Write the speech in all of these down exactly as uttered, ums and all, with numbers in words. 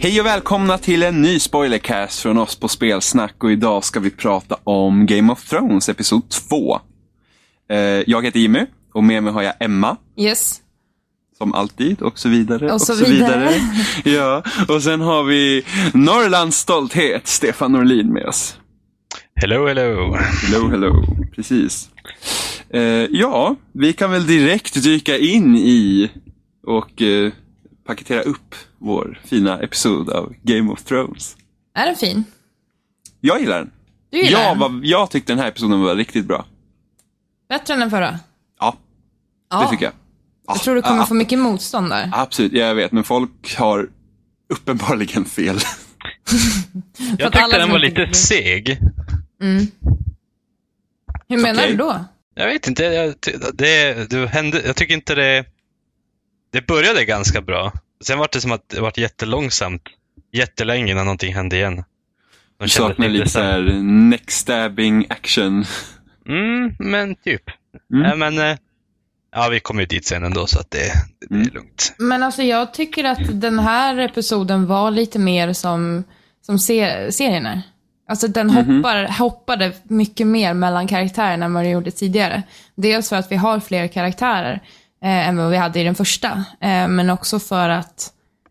Hej och välkomna till en ny spoilercast från oss på Spelsnack, och idag ska vi prata om Game of Thrones episod två. Eh, jag heter Jimmy och med mig har jag Emma. Yes. Som alltid, och så vidare. Och så, och så vidare. vidare. Ja, och sen har vi Norrlands stolthet, Stefan Norlin med oss. Hello, hello. Hello, hello. Precis. Eh, ja, vi kan väl direkt dyka in i och eh, paketera upp vår fina episod av Game of Thrones. Är den fin? Jag gillar den. Du gillar jag, den? var, jag tyckte den här episoden var riktigt bra. Bättre än den förra? Ja, Ja. det tycker jag. Jag tror du kommer ja, få mycket motstånd där. Absolut, jag vet, men folk har uppenbarligen fel. Jag tyckte den var lite seg. Mm. Hur menar Okej. du då? Jag vet inte, jag, det, det hände, jag tycker inte det... Det började ganska bra. Sen var det som att det var jättelångsamt. Jättelänge innan någonting hände igen. Du saknar lite så här neck-stabbing action. Mm, men typ. Mm. Nej, men... eh, Ja, vi kommer ju dit sen ändå, så att det, det är Mm. lugnt. Men alltså jag tycker att den här episoden var lite mer som, som ser, serien är. Alltså den Mhm. hoppar, hoppade mycket mer mellan karaktärerna än vad det gjorde tidigare. Dels för att vi har fler karaktärer eh, än vad vi hade i den första. Eh, men också för att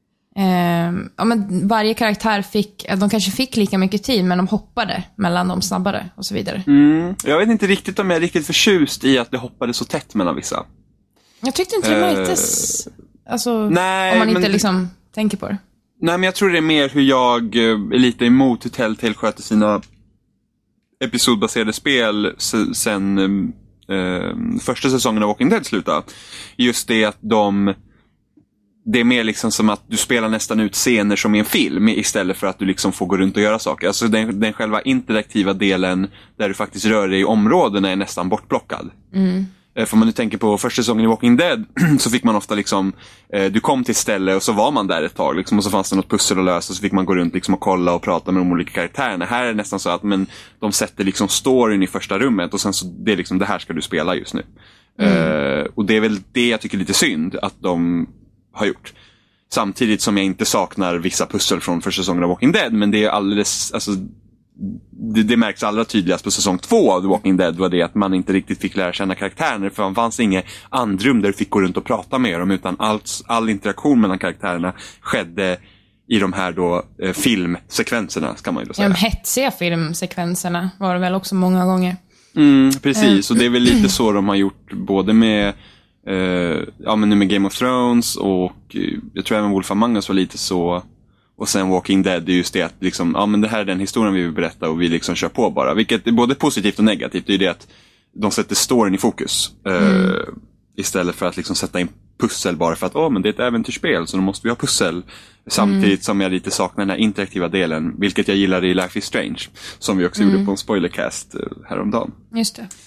eh, ja, men varje karaktär fick, de kanske fick lika mycket tid, men de hoppade mellan dem snabbare och så vidare. Mm. Jag vet inte riktigt om jag är riktigt förtjust i att det hoppade så tätt mellan vissa. Jag tyckte inte det Eh, märktes, alltså, nej, om man inte men- liksom tänker på det. Nej, men jag tror det är mer hur jag eh, är lite emot hur Telltale sköter sina episodbaserade spel se- sen eh, första säsongen av Walking Dead slutade. Just det att de... Det är mer liksom som att du spelar nästan ut scener som i en film istället för att du liksom får gå runt och göra saker. Alltså den, den själva interaktiva delen där du faktiskt rör dig i områdena är nästan bortplockad. Mm. Eh, För om man nu tänker på första säsongen i Walking Dead så fick man ofta liksom, eh, du kom till ett ställe och så var man där ett tag liksom, och så fanns det något pussel att lösa, och så fick man gå runt liksom och kolla och prata med de olika karaktärerna. Här är det nästan så att men, de sätter liksom storyn i första rummet och sen så det är liksom det här ska du spela just nu. Mm. Eh, och det är väl det jag tycker är lite synd att de har gjort. Samtidigt som jag inte saknar vissa pussel från första säsongen av Walking Dead, men det är alldeles, alltså Det, det märks allra tydligast på säsong två av The Walking Dead var det att man inte riktigt fick lära känna karaktärerna, för man fanns inget andrum där du fick gå runt och prata med dem, utan allt, all interaktion mellan karaktärerna skedde i de här då eh, filmsekvenserna, ska man ju då säga. De hetsiga filmsekvenserna var det väl också många gånger. Mm, precis, och det är väl lite så de har gjort både med eh, ja men nu med Game of Thrones och eh, jag tror även Wolf Among Us var lite så. Och sen Walking Dead, det är just det att liksom, ja men det här är den historien vi vill berätta och vi liksom kör på bara. Vilket är både positivt och negativt. Det är ju det att de sätter storyn i fokus. Mm. Eh, istället för att liksom sätta in pussel bara för att, åh men det är ett äventyrsspel så då måste vi ha pussel. Samtidigt mm. som jag lite saknar den här interaktiva delen. Vilket jag gillar i Life is Strange. Som vi också mm. gjorde på en spoilercast häromdagen. Just det.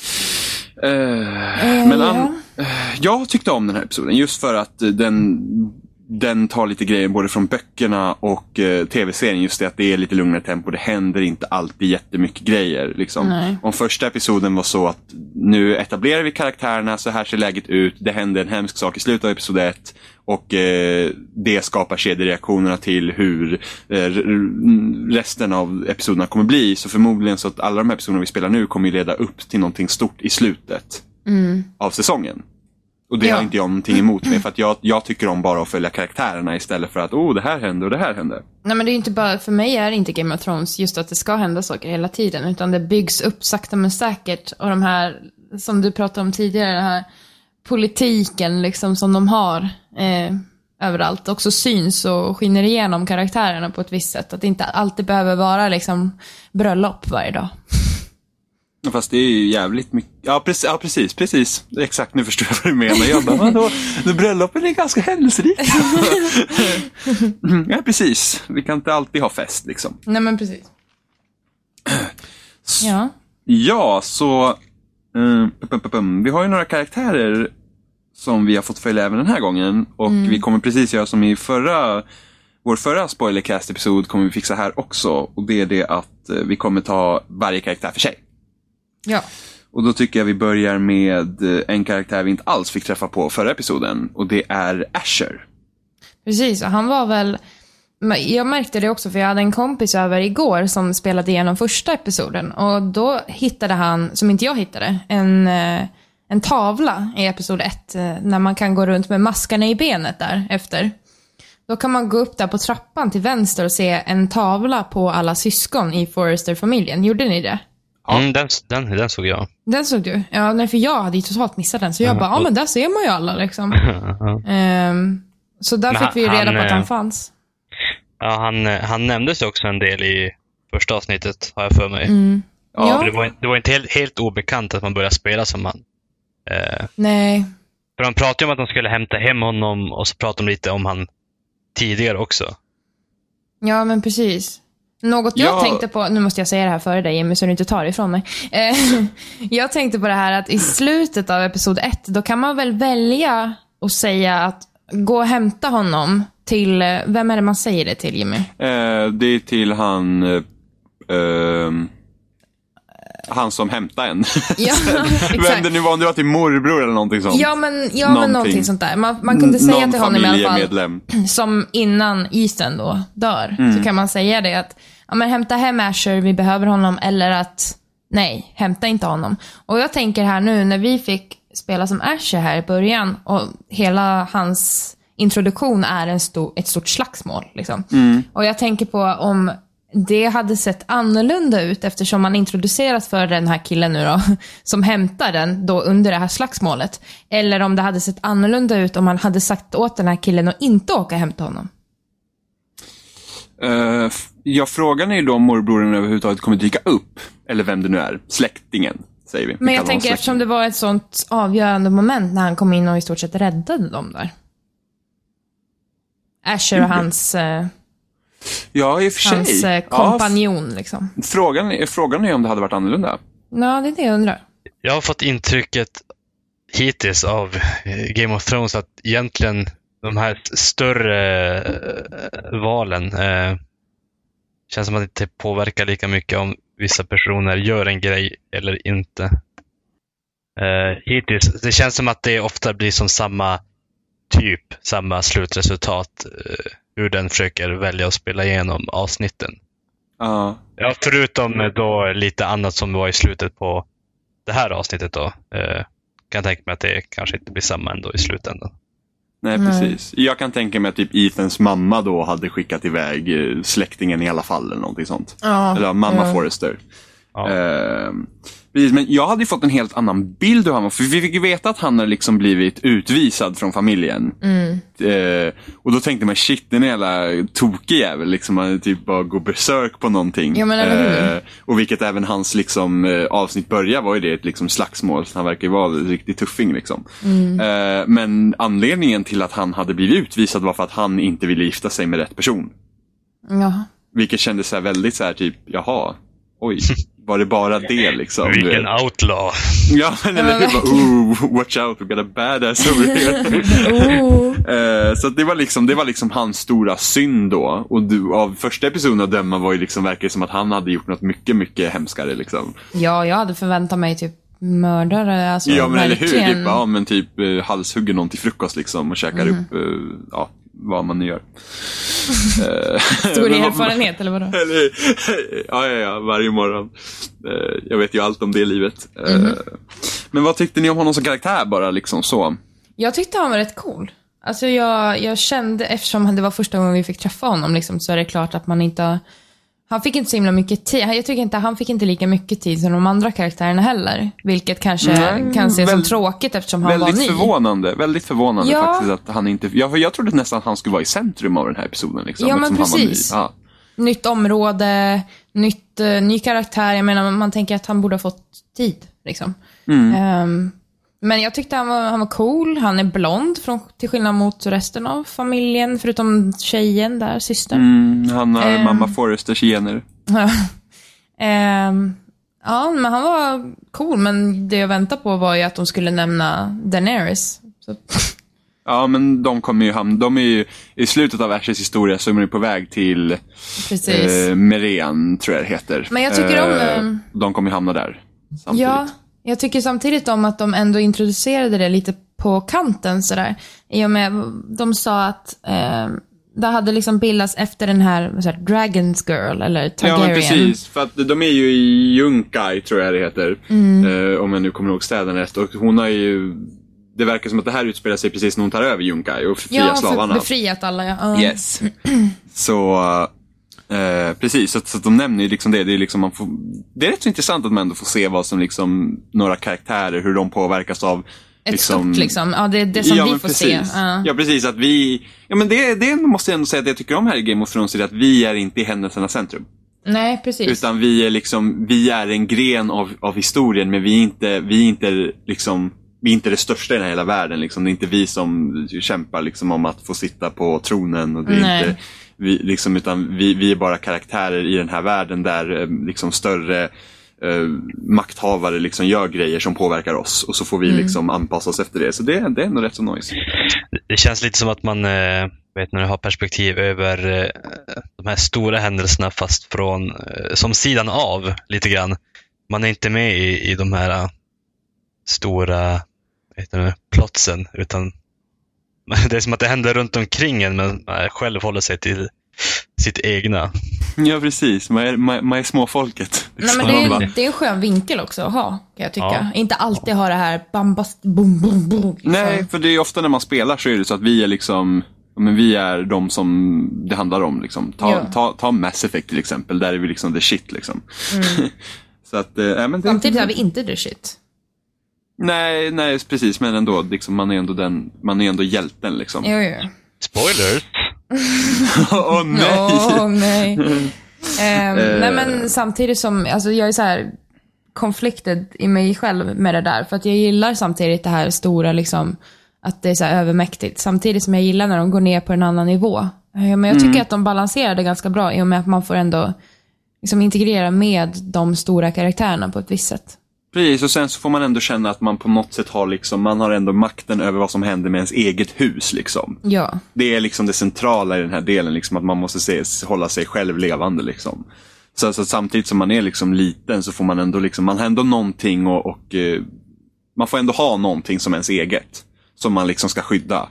Eh, eh, men an, ja. eh, jag tyckte om den här episoden just för att den... Den tar lite grejer både från böckerna och eh, tv-serien, just det att det är lite lugnare tempo, det händer inte alltid jättemycket grejer liksom. Om första episoden var så att nu etablerar vi karaktärerna, så här ser läget ut, det händer en hemsk sak i slutet av episod ett och eh, det skapar kedjereaktionerna till hur eh, resten av episoderna kommer bli, så förmodligen så att alla de episoderna vi spelar nu kommer ju leda upp till någonting stort i slutet mm. av säsongen. Och det ja. har inte jag någonting emot med, för att jag, jag tycker om bara att följa karaktärerna istället för att, oh det här händer och det här händer. Nej, men det är inte bara, för mig är det inte Game of Thrones just att det ska hända saker hela tiden, utan det byggs upp sakta men säkert, och de här, som du pratade om tidigare, den här politiken liksom som de har eh, överallt också syns och skiner igenom karaktärerna på ett visst sätt, att det inte alltid behöver vara liksom bröllop varje dag. Fast det är ju jävligt mycket. Ja precis, ja, precis, precis. Exakt, nu förstår jag vad du menar. Jag bara, vadå? Bröllopen är ganska händelserikt. Ja, precis. Vi kan inte alltid ha fest, liksom. Nej, men precis. Ja. Ja, så... Um, pum, pum, pum. Vi har ju några karaktärer som vi har fått följa även den här gången. Och mm. vi kommer precis göra som i förra... Vår förra spoilercast-episod kommer vi fixa här också. Och det är det att vi kommer ta varje karaktär för sig. Ja. Och då tycker jag vi börjar med en karaktär vi inte alls fick träffa på förra episoden. Och det är Asher. Precis, och han var väl Jag märkte det också för jag hade en kompis över igår som spelade igenom första episoden. Och då hittade han, som inte jag hittade, en, en tavla i episod ett. När man kan gå runt med maskarna i benet där efter. Då kan man gå upp där på trappan till vänster och se en tavla på alla syskon i Forrester-familjen. Gjorde ni det? Ja. Mm, den, den, den såg jag. Den såg du? Ja, nej, för jag hade ju totalt missat den. Så jag bara, ja men där ser man ju alla liksom. um, så där men fick vi ju reda han, på att han fanns. Ja, han, han nämndes också en del i första avsnittet, har jag för mig. Mm. Ja, Ja. Det, var, det var inte helt, helt obekant att man började spela som han. Eh, Nej. för de pratade ju om att de skulle hämta hem honom och så pratade de lite om han tidigare också. Ja, men precis. Något jag Ja. tänkte på, nu måste jag säga det här före dig Jimmy så du inte tar det ifrån mig. Eh, jag tänkte på det här att i slutet av episod ett, då kan man väl välja att säga att gå och hämta honom till, vem är det man säger det till Jimmy? Eh, det är till han... Eh, eh, han som hämtar en. Ja, Vem exakt. det nu var, om det var till morbror eller någonting sånt. Ja, men, ja, Någonting. men någonting sånt där. Man, man kunde säga Någon till honom i alla fall, familjemedlem. som innan Ethan då dör, Mm. så kan man säga det att ja, men hämta hem Asher, vi behöver honom, eller att nej, hämta inte honom. Och jag tänker här nu, när vi fick spela som Asher här i början och hela hans introduktion är en stor, ett stort slagsmål liksom. Mm. Och jag tänker på om det hade sett annorlunda ut eftersom man introducerat för den här killen nu då, som hämtar den då under det här slagsmålet. Eller om det hade sett annorlunda ut om man hade sagt åt den här killen att inte åka och hämta honom. Uh, ja, frågan är ju då om morbrorn överhuvudtaget kommer dyka upp. Eller vem det nu är. Släktingen, säger vi. vi. Men jag kallar honom tänker släktingen. eftersom det var ett sånt avgörande moment när han kom in och i stort sett räddade dem där. Asher och hans, eh, Ja, i och för sig. hans eh, Ja, kompanjon liksom. f- frågan, är, frågan är om det hade varit annorlunda. Ja, det är det jag undrar. Jag har fått intrycket hittills av eh, Game of Thrones att egentligen de här större eh, valen eh, känns som att det inte påverkar lika mycket om vissa personer gör en grej eller inte. Eh, hittills, det känns som att det ofta blir som samma typ, samma slutresultat eh, hur den försöker välja att spela igenom avsnitten. Ja. Ja, förutom då lite annat som var i slutet på det här avsnittet då. Eh, kan jag tänka mig att det kanske inte blir samma ändå i slutändan. Nej, Nej. precis. Jag kan tänka mig att typ Ethans mamma då hade skickat iväg eh, släktingen i alla fall eller någonting sånt. Ja, Eller mamma ja. Forrester. Ja. Eh, precis, men jag hade ju fått en helt annan bild av honom. För vi fick ju veta att han har liksom blivit utvisad från familjen. Mm. Eh, och då tänkte man, shit, den är jävla tokig jävel. Liksom, man typ bara går berserk på någonting. Ja, men eller hur? Eh, och vilket även hans liksom, eh, avsnitt börjar var ju det ett liksom, slagsmål. Så han verkar ju vara en riktig tuffing. Liksom. Mm. Eh, men anledningen till att han hade blivit utvisad var för att han inte ville gifta sig med rätt person. Ja. Vilket kändes så här väldigt så här typ, jaha, oj, var det bara det liksom? du Vilken vet? outlaw! Ja, men eller hur? Bara, ooh, watch out, we got a badass over here. Oh. Eh, så att det var liksom det var liksom hans stora synd då. Och du, av första episoden att döma var ju liksom, verkar det som att han hade gjort något mycket, mycket hemskare liksom. Ja, jag hade förväntat mig typ mördare, alltså Ja, men eller hur? verkligen. Typ, ja, men typ eh, halshugger någon till frukost liksom och käkar Mm. upp, eh, ja, vad man nu gör. Eh, Stor men vad- erfarenhet, eller vadå? Eller, ja, ja, ja, varje morgon. Eh, Jag vet ju allt om det livet. Eh, Mhm. Men vad tyckte ni om honom som karaktär bara liksom så? Jag tyckte han var rätt cool. Alltså jag, jag kände, eftersom det var första gången vi fick träffa honom liksom, så är det klart att man inte... Han fick inte så himla mycket tid. Jag tycker inte han fick inte lika mycket tid som de andra karaktärerna heller. Vilket kanske Nej, kan ses som väl- tråkigt eftersom han var Väldigt ny. förvånande, väldigt förvånande Ja. faktiskt att han inte... Ja, för jag trodde nästan att han skulle vara i centrum av den här episoden liksom, Ja, men eftersom han var ny. precis. Ja. Nytt område, nytt, uh, ny karaktär. Jag menar, man tänker att han borde ha fått tid. Liksom. Mm. Ehm, men jag tyckte han var, han var cool. Han är blond, från, till skillnad mot resten av familjen. Förutom tjejen där, systern. Mm, han har Ehm. mamma Forresters gener. Ehm, ja, men han var cool. Men det jag väntade på var ju att de skulle nämna Daenerys. Så, Ja, men de kommer ju hamna... De är ju... I slutet av Ashers historia så är de ju på väg till precis. eh, Merian, tror jag det heter. Men jag tycker om, Eh, eh, De kommer ju hamna där samtidigt. Ja, jag tycker samtidigt om att de ändå introducerade det lite på kanten sådär. I och med, de sa att eh, det hade liksom bildats efter den här, så här Dragon's Girl eller Targaryen. Ja, men precis. För att de är ju i Yunkai, tror jag det heter. Mm. Eh, om jag nu kommer ihåg städen rätt. Och hon har ju... Det verkar som att det här utspelar sig precis när hon tar över Yunkai och friar ja, slavarna. Ja, befriat alla, ja. Uh. Yes. Så... Eh, precis, så, så att de nämner ju liksom det. Det är, liksom man får, det är rätt så intressant att man ändå får se vad som liksom... Några karaktärer, hur de påverkas av... Ett liksom, stort liksom. Ja, det är det som ja, vi får precis. se. Uh. Ja, precis. Att vi... Ja, men det, det måste jag ändå säga att jag tycker om här i Game of Thrones är att vi är inte i händelsernas centrum. Nej, precis. Utan vi är liksom, vi är en gren av, av historien, men vi är inte, vi är inte liksom, vi är inte det största i den här hela världen liksom. Det är inte vi som kämpar liksom om att få sitta på tronen och det är Nej. inte vi liksom, utan vi, vi är bara karaktärer i den här världen där liksom större eh, makthavare liksom gör grejer som påverkar oss och så får vi mm. liksom anpassa oss efter det. Så det, det är ändå rätt så nice. Det känns lite som att man eh, vet när du har perspektiv över eh, de här stora händelserna fast från eh, som sidan av lite grann. Man är inte med i, i de här uh, stora vet du, plotsen utan det är som att det händer runt omkring en men man själv håller sig till sitt egna. Ja, precis. Man är, man, man är småfolket. Nej, men det är, bara... det är en skön vinkel också att ha, kan jag tycka. Ja. Inte alltid ha det här bambast, boom, boom, boom. Liksom. Nej, för det är ofta när man spelar så är det så att vi är liksom... Men vi är de som det handlar om liksom. Ta, ja. ta, ta Mass Effect till exempel. Där är vi liksom the shit liksom. Mm. Så att, äh, men det... Samtidigt har vi inte the shit. Nej, nej, precis. Men ändå, liksom, man är ändå den, man är ändå hjälten liksom. Jo, jo. Spoilers! Åh oh, nej! Åh oh, nej. um, uh... Nej, men samtidigt som, alltså jag är så här conflicted i mig själv med det där. För att jag gillar samtidigt det här stora liksom, att det är så här övermäktigt. Samtidigt som jag gillar när de går ner på en annan nivå. Men jag tycker mm. att de balanserar det ganska bra i och med att man får ändå liksom integrera med de stora karaktärerna på ett visst sätt. Precis, och sen så får man ändå känna att man på något sätt har liksom, man har ändå makten över vad som händer med ens eget hus liksom. Ja. Det är liksom det centrala i den här delen liksom, att man måste se, hålla sig själv levande liksom. Så, så samtidigt som man är liksom liten så får man ändå liksom, man har ändå någonting och, och eh, man får ändå ha någonting som ens eget. Som man liksom ska skydda.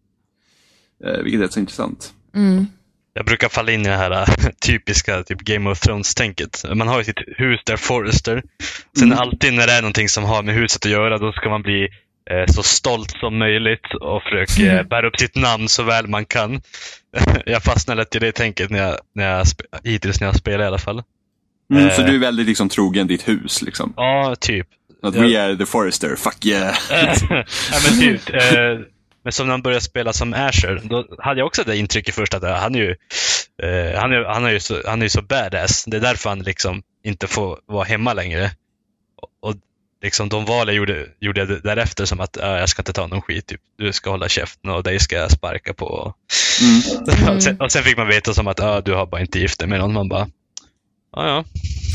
Eh, vilket är så intressant. Mm. Jag brukar falla in i det här typiska typ Game of Thrones-tänket. Man har ju sitt hus där, Forrester. Sen mm. alltid när det är någonting som har med huset att göra, då ska man bli eh, så stolt som möjligt och försöka mm. bära upp sitt namn så väl man kan. Jag fastnar lätt i det tänket när jag, när jag, hittills när jag spelar i alla fall. Mm, eh, så du är väldigt liksom trogen ditt hus liksom? Ja, typ. Att ja. We are the Forrester, fuck yeah. Ja, men typ. Eh, men som när han började spela som Asher, då hade jag också det intrycket först att han är ju eh, han är, han är ju så, han är ju så badass. Det är därför han liksom inte får vara hemma längre. Och, och liksom de val jag gjorde, gjorde jag därefter som att äh, jag ska inte ta någon skit, typ. Du ska hålla käften och dig ska jag sparka på. Mm. och, sen, och sen fick man veta som att äh, du har bara inte gift dig med någon. Man bara, ja ja.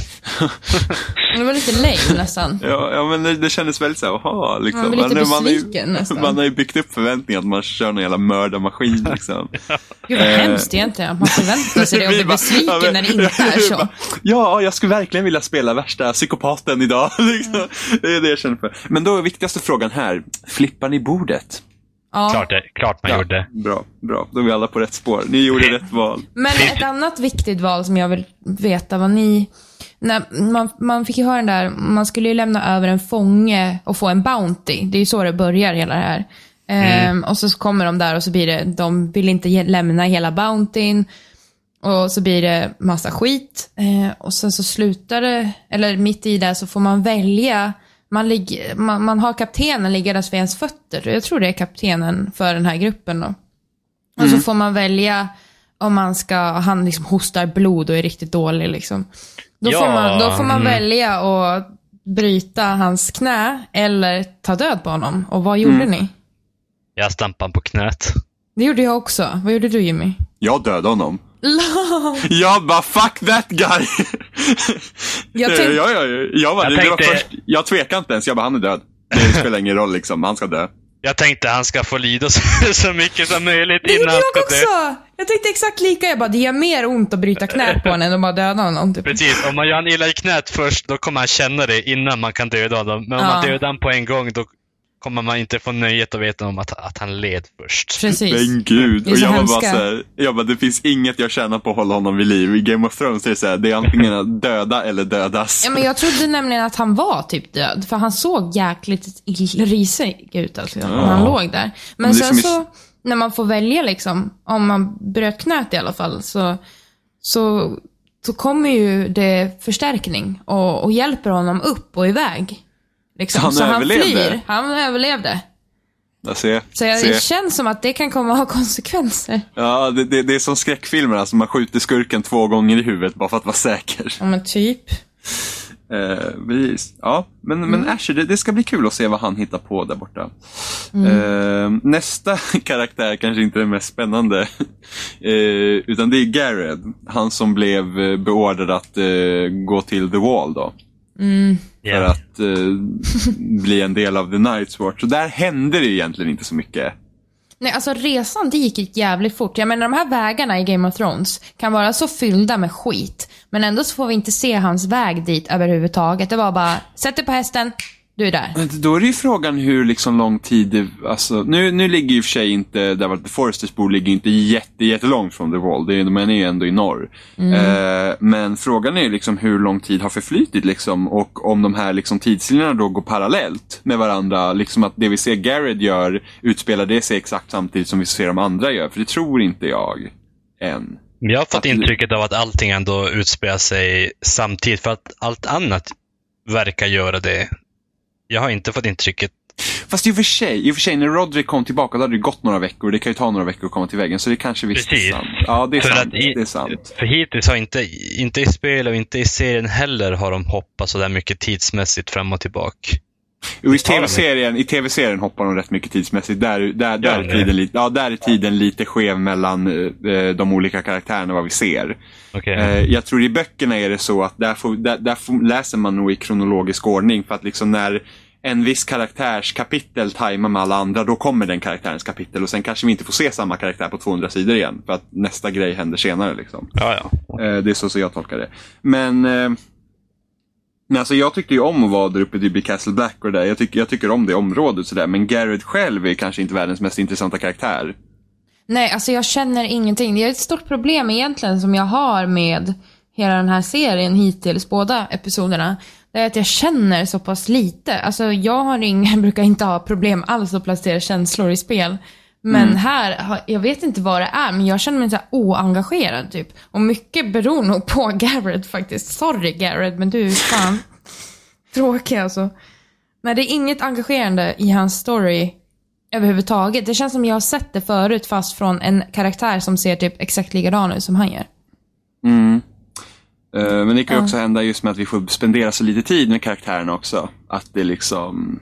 Det var lite lame nästan. Ja, ja men det, det kändes väldigt så här, aha, liksom. Man var lite man, besviken man, nästan. Man har ju byggt upp förväntningar att man kör någon jävla mördarmaskin liksom. Gud vad hemskt egentligen att man förväntar sig det och blir besviken ja, men, när det inte är så. Bara, ja, jag skulle verkligen vilja spela värsta psykopaten idag liksom. Det är det jag känner för. Men då är viktigaste frågan här, flippar ni bordet? Ja. Klart, det, klart man ja, gjorde. Bra, bra. Då är vi alla på rätt spår. Ni gjorde rätt val. Men ett annat viktigt val som jag vill veta vad ni... När man, man fick ju höra den där, man skulle ju lämna över en fånge och få en bounty. Det är ju så det börjar hela det här. Mm. Ehm, och så kommer de där och så blir det, de vill inte lämna hela bountyn. Och så blir det massa skit. Ehm, och sen så slutar det, eller mitt i det så får man välja... Man, ligger, man, man har kaptenen liggandes vid ens fötter. Jag tror det är kaptenen för den här gruppen då. Och mm. så får man välja om man ska, han liksom hostar blod och är riktigt dålig liksom. Då, ja. får man, då får man mm. välja att bryta hans knä eller ta död på honom. Och vad gjorde mm. ni? Jag stampade på knät. Det gjorde jag också. Vad gjorde du, Jimmy? Jag dödade honom. Love. Jag bara, fuck that guy. Jag, tänk... jag, jag, jag, bara, jag, det, tänkte... det var först, jag tvekade inte ens, jag bara, han är död. Det spelar ingen roll liksom, han ska dö. Jag tänkte han ska få lida så, så mycket som möjligt det innan han jag ska också. Dö. Jag tänkte exakt lika, jag bara, det gör mer ont att bryta knät på honom än att bara döda honom. Typ. Precis, om man gör han illa i knät först, då kommer han känna det innan man kan döda honom. Men om ja. man dödar honom på en gång, då kommer man inte få nöjet att veta om att, att han led först. Precis. Men gud, och så jag var hemska. bara så här, jag bara, det finns inget jag tjänar på att hålla honom vid liv. I Game of Thrones är det så här, det är antingen att döda eller dödas. Ja, men jag trodde nämligen att han var typ död, för han såg jäkligt risig ut alltså, Ja. när han låg där. Men, Men det är sen som i- så, när man får välja liksom, om man bröt knät i alla fall, så, så, så kommer ju det förstärkning och, och hjälper honom upp och iväg. Liksom. Så han så han överlevde? flyr, han överlevde. Jag ser, Så jag, ser. det känns som att det kan komma att ha konsekvenser. Ja, det, det, det är som skräckfilmer, alltså man skjuter skurken två gånger i huvudet bara för att vara säker. Ja, men typ. Eh, precis. Ja, men, Mm. men Asher, det, det ska bli kul att se vad han hittar på där borta. Mm. Eh, nästa karaktär kanske inte är den mest spännande. eh, utan det är Garrett. Han som blev eh, beordrad att eh, gå till The Wall då. Mm. För Yeah. att eh, bli en del av The Night's Watch. Så där hände det egentligen inte så mycket. Nej, alltså resan det gick jävligt fort. Jag menar, de här vägarna i Game of Thrones kan vara så fyllda med skit. Men ändå så får vi inte se hans väg dit överhuvudtaget. Det var bara, sätt dig på hästen, du är där. Men då är det ju frågan hur liksom lång tid det, alltså, nu, nu ligger ju i och för sig inte, där var The Foresters bor ligger ju inte jätte, jättelångt från The Wall, det är, men är ju ändå i norr. Mm. Eh, men frågan är ju liksom hur lång tid har förflytit liksom, och om de här liksom tidslinjerna då går parallellt med varandra, liksom att det vi ser Garrett gör utspelar det sig exakt samtidigt som vi ser de andra gör, för det tror inte jag än. Jag har fått Att- intrycket av att allting ändå utspelar sig samtidigt, för att allt annat verkar göra det. Jag har inte fått intrycket. Fast i och för sig, i och för sig när Roderick kom tillbaka då hade det gått några veckor, det kan ju ta några veckor att komma till väggen, så det kanske visst är Precis. sant. Ja, det är För sant, att i- det är sant. För hittills har inte, inte i spel och inte i serien heller har de hoppat så där mycket tidsmässigt fram och tillbaka. Jo, i tar de tv-serien, i tv-serien hoppar de rätt mycket tidsmässigt. Där, där, där, Gör är, det? tiden lite, ja, där är tiden lite skev mellan eh, de olika karaktärerna vad vi ser. Okej. Eh, jag tror i böckerna är det så att där, får, där, där får, läser man nog i kronologisk ordning. För att liksom när en viss karaktärs kapitel tajmar med alla andra, då kommer den karaktärens kapitel. Och sen kanske vi inte får se samma karaktär på tvåhundra sidor igen. För att nästa grej händer senare liksom. Ja, ja. Eh, det är så, så jag tolkar det. Men, eh, men alltså jag tyckte ju om att vara där uppe i Castle Black och där. Jag, tycker, jag tycker om det området sådär. Men Garrett själv är kanske inte världens mest intressanta karaktär. Nej, alltså jag känner ingenting. Det är ett stort problem egentligen som jag har med hela den här serien hittills, båda episoderna. Det är att jag känner så pass lite. Alltså jag har ingen, brukar inte ha problem alls att placera känslor i spel. Men Mm. här, har- jag vet inte vad det är, men jag känner mig så här oengagerad typ. Och mycket beror nog på Garrett faktiskt. Sorry Garrett, men du är fan tråkig alltså. Nej, det är inget engagerande i hans story överhuvudtaget. Det känns som jag har sett det förut, fast från en karaktär som ser typ exakt likadan ut som han gör. Mm. Eh, men det kan ju Ja. också hända just med att vi får spendera så lite tid med karaktärerna också. Att det liksom...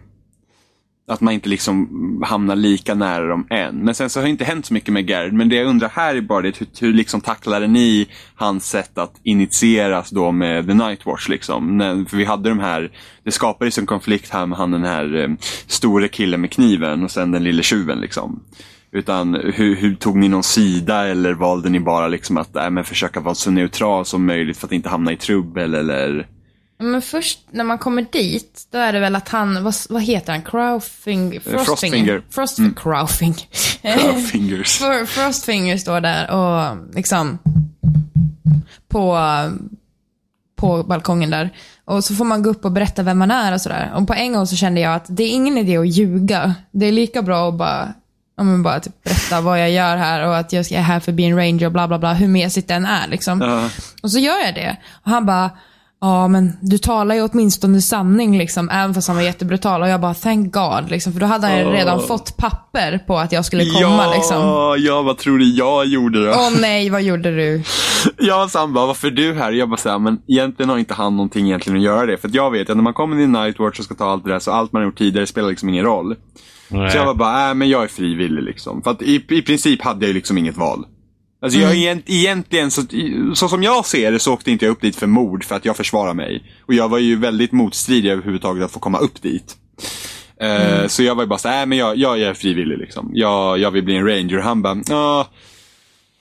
Att man inte liksom hamnar lika nära dem än. Men sen så har det inte hänt så mycket med Garrett. Men det jag undrar här är bara det, hur, hur liksom tacklade ni hans sätt att initieras då med The Night Watch liksom? När, för vi hade de här, det skapades en konflikt här med han den här eh, store killen med kniven och sen den lille tjuven liksom. Utan hur, hur tog ni någon sida eller valde ni bara liksom att äh, men försöka vara så neutral som möjligt för att inte hamna i trubbel eller... Men först när man kommer dit, då är det väl att han, vad, vad heter han? Crowfinger? Frostfinger. Frost, Mm. Crowfinger. Fingers. För Frostfinger står där och liksom på, på balkongen där. Och så får man gå upp och berätta vem man är och sådär. Och på en gång så kände jag att det är ingen idé att ljuga. Det är lika bra att bara, ja, men bara typ berätta vad jag gör här och att jag är här för att bli en ranger och bla bla bla, hur mesigt den är liksom. Ja. Och så gör jag det. Och han bara, ja men du talar ju åtminstone sanning liksom, även fast han var jättebrutal. Och jag bara, thank God liksom, för då hade han ju redan Oh. fått papper på att jag skulle komma ja, liksom. ja, vad tror du jag gjorde då? Åh nej, vad gjorde du? Jag sa bara, varför är du här? Jag bara säger, men egentligen har inte han någonting egentligen att göra det. För att jag vet att när man kommer till Nightwatch och ska ta allt det där, så allt man har gjort tidigare spelar liksom ingen roll. Nej. Så jag var bara, äh, men jag är frivillig liksom. För att i, i princip hade jag ju liksom inget val. Alltså jag egent, egentligen, så, så som jag ser det, så åkte inte jag upp dit för mord för att jag försvarar mig. Och jag var ju väldigt motstridig överhuvudtaget att få komma upp dit. Uh, så jag var ju bara så, äh, men jag, jag är frivillig liksom. Jag, jag vill bli en ranger. Han bara, ja...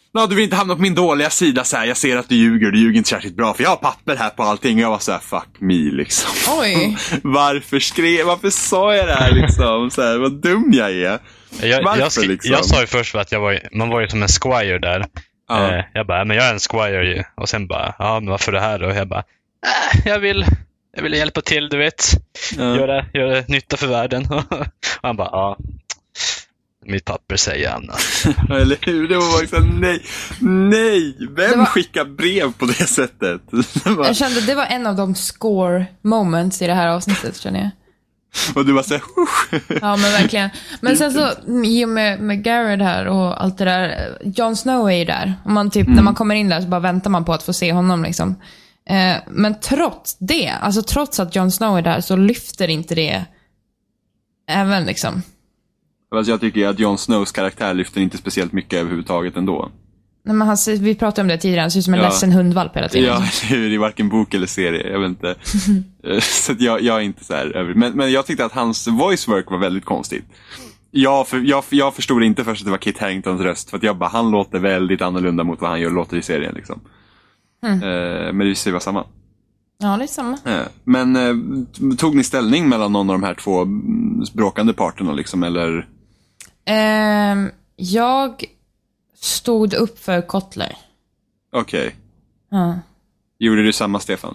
Ja, du vill inte hamna på min dåliga sida så här. Jag ser att du ljuger, du ljuger inte särskilt bra. För jag har papper här på allting. Och jag var så här, fuck me liksom. Oj. Varför skrev, varför sa jag det här liksom? Så här, vad dum jag är. Jag, Varför, jag, sk- liksom? jag sa ju först att jag var, man var ju som en squire där. Ja. Eh, jag bara, men jag är en squire ju. Och sen bara, ja men varför det här då? Och jag bara, äh, jag vill jag vill hjälpa till, du vet. Ja. Göra, göra nytta för världen. Och han bara, ja. Mitt papper säger annat. Eller hur? Det var också nej. Nej! Vem var... skickar brev på det sättet? Det var... Jag kände det var en av de score moments i det här avsnittet, känner jag. Och du var så här, ja, men verkligen. Men sen så, i och med, med Garrett här och allt det där, Jon Snow är ju där. Och man typ, mm. när man kommer in där så bara väntar man på att få se honom liksom. Eh, men trots det, alltså trots att Jon Snow är där så lyfter inte det även liksom. Alltså jag tycker att Jon Snows karaktär lyfter inte speciellt mycket överhuvudtaget ändå. Nej, men han, vi pratade om det tidigare, han ser ut som en ja. ledsen hundvalp hela tiden. Ja, hur i varken bok eller serie, jag vet inte. Så att jag, jag är inte så här över. Men, men jag tyckte att hans voice work var väldigt konstigt. Jag, för, jag, jag förstod inte först att det var Kit Haringtons röst. För att jag bara, han låter väldigt annorlunda mot vad han gör låter i serien liksom. Mm. Uh, men det visste var samma. Ja, det är samma. Uh, men uh, tog ni ställning mellan någon av de här två bråkande parterna liksom, eller? Uh, jag stod upp för Kottler. Okej. Okay. Ja. Gjorde du samma, Stefan?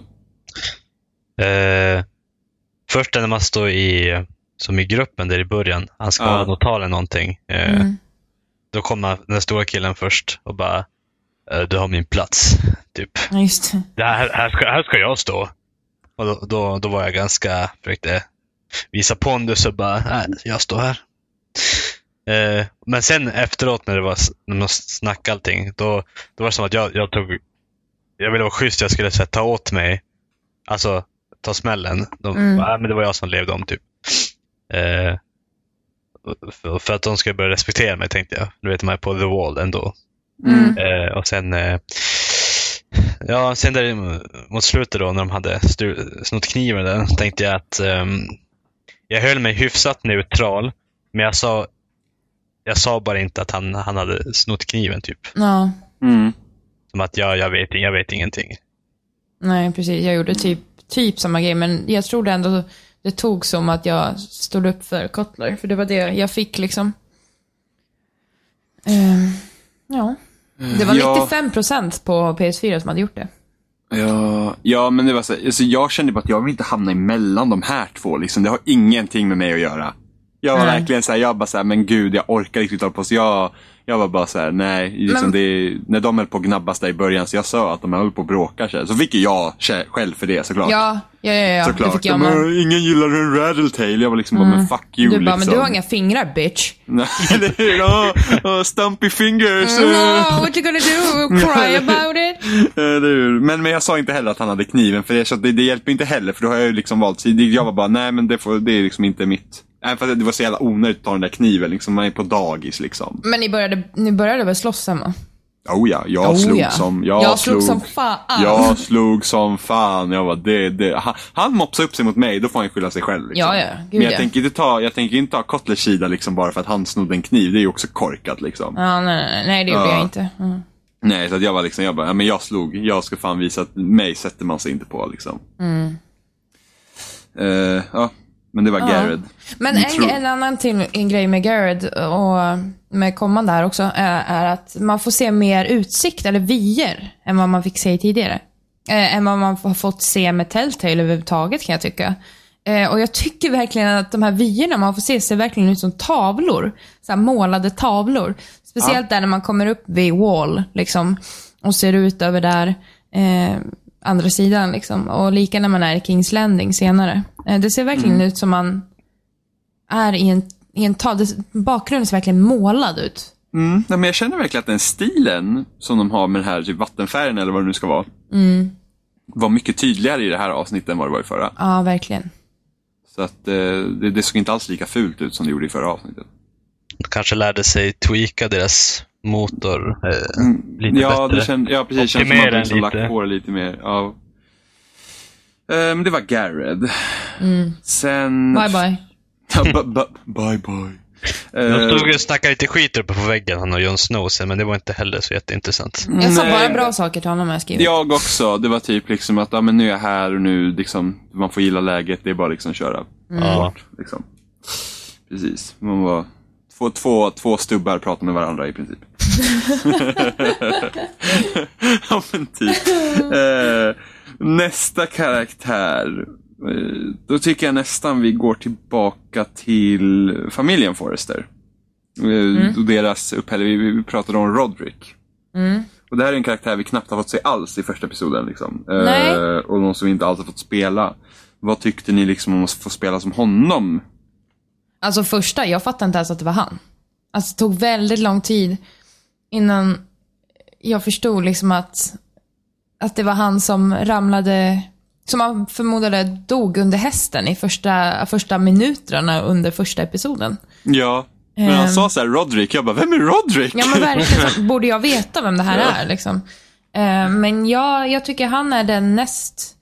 Uh, först när man står i, som i gruppen där i början, han ska ha något tal eller någonting. Uh, mm. Då kommer den stora killen först och bara, du har min plats, typ. Just det. Här, här, ska, här ska jag stå. Och då, då, då var jag ganska, försökte visa pondus och bara, nej, jag står här. Eh, men sen efteråt när det var när man snackade allting, då, då var det som att jag, jag tog, jag ville vara schysst, jag skulle säga, ta åt mig, alltså ta smällen. De, mm. bara, men det var jag som levde om, typ. Eh, för, för att de ska börja respektera mig, tänkte jag. Du vet, man är på the wall ändå. Mm. Eh, och sen eh, ja, sen där mot slutet då när de hade stu- snott kniven där, tänkte jag att um, jag höll mig hyfsat neutral, men jag sa jag sa bara inte att han, han hade snott kniven typ. Ja. Mm. Som att jag, jag, vet, jag vet ingenting. Nej, precis. Jag gjorde typ, typ samma grej, men jag trodde ändå det tog som att jag stod upp för Kottler, för det var det jag fick liksom. Um, ja. Det var ja. nittiofem procent på P S fyra som hade gjort det. Ja, ja men det var så, alltså jag kände bara att jag vill inte hamna emellan de här två liksom. Det har ingenting med mig att göra. Jag var nej. verkligen så här, jag bara så här, men gud, jag orkar riktigt hålla på. Så jag, jag var bara så här, nej, liksom men... det, när de höll på att gnabbas där i början, så jag sa att de höll på att bråka så, så fick ju jag själv för det, såklart. Ja, ja, ja, ja. Såklart. Det fick jag men, ingen gillar en rattletail. Jag var liksom mm. bara, men fuck you. Du bara, liksom. men du har inga fingrar, bitch. Nej, det är oh, oh, stumpy fingers. Mm, no, what you gonna do? Cry about it? men, men jag sa inte heller att han hade kniven, för det, så det, det hjälper inte heller, för då har jag ju liksom valt. Jag var bara, nej men det, får, det är liksom inte mitt. Även för att det var så jävla onödigt att ta den där kniven, liksom, man är på dagis liksom. Men ni började, ni började väl slåss hemma? Oh ja, jag oh slog ja. som jag, jag slog, slog som fan. Jag slog som fan. Jag var det, det. Han, han mopsade upp sig mot mig, då får han skylla sig själv liksom. Ja, ja. Gud, men jag ja. tänker inte ta jag tänker inte ta Kottlers sida liksom bara för att han snodde en kniv. Det är ju också korkat liksom. Ja, nej nej, nej det gjorde ja. jag inte. Mm. Nej, så att jag var liksom jag bara, ja, men jag slog. Jag ska fan visa att mig sätter man sig inte på liksom. Mm. Uh, ja. Men det var ja. Garrett. Men en, en annan till en grej med Garrett och med kommande här också är, är att man får se mer utsikt eller vyer än vad man fick se tidigare. Eh, än vad man har fått se med Telltale överhuvudtaget, kan jag tycka. Eh, och jag tycker verkligen att de här vyerna man får se ser verkligen ut som tavlor. Så här målade tavlor. Speciellt ja. där när man kommer upp vid Wall liksom, och ser ut över där eh, andra sidan liksom. Och lika när man är i Kings Landing senare. Eh, det ser verkligen mm. ut som man är i en, i en tavla. Bakgrunden ser verkligen målad ut. Mm. Ja, men jag känner verkligen att den stilen som de har med den här typ vattenfärgen eller vad det nu ska vara mm. var mycket tydligare i det här avsnittet än vad det var i förra. Ja, verkligen. Så att eh, det, det såg inte alls lika fult ut som det gjorde i förra avsnittet. De kanske lärde sig tweaka deras motor eh, mm. lite ja, bättre. Det känd, ja, precis. Känns som att de liksom lagt på det lite mer. Ja. Um, det var Garrett. Mm. Sen... Bye bye. ja, b- b- bye bye. De stod och snackade lite skit uppe på väggen, han och Jon Snow, men det var inte heller så jätteintressant. Jag sa bara bra saker till honom, jag skrivit. Jag också, det var typ liksom att ja, men nu är jag här och nu liksom, man får gilla läget, det är bara liksom köra mm. bort, liksom. Precis, man var två, två, två stubbar pratar med varandra i princip. Ja men typ. eh, Nästa karaktär, då tycker jag nästan vi går tillbaka till familjen Forrester. Mm. Och deras upphälle, vi, vi pratade om Roderick. Mm. Och det här är en karaktär vi knappt har fått se alls i första episoden liksom. Nej. Eh, och någon som vi inte alls har fått spela. Vad tyckte ni liksom om att få spela som honom? Alltså första, jag fattade inte ens att det var han. Alltså det tog väldigt lång tid innan jag förstod liksom att att det var han som ramlade, som man förmodade dog under hästen i första, första minuterna under första episoden. Ja, men han um, sa så här, Roderick, jag bara, vem är Roderick? Ja men verkligen, så borde jag veta vem det här ja. är liksom. Uh, men jag, jag tycker han är den näst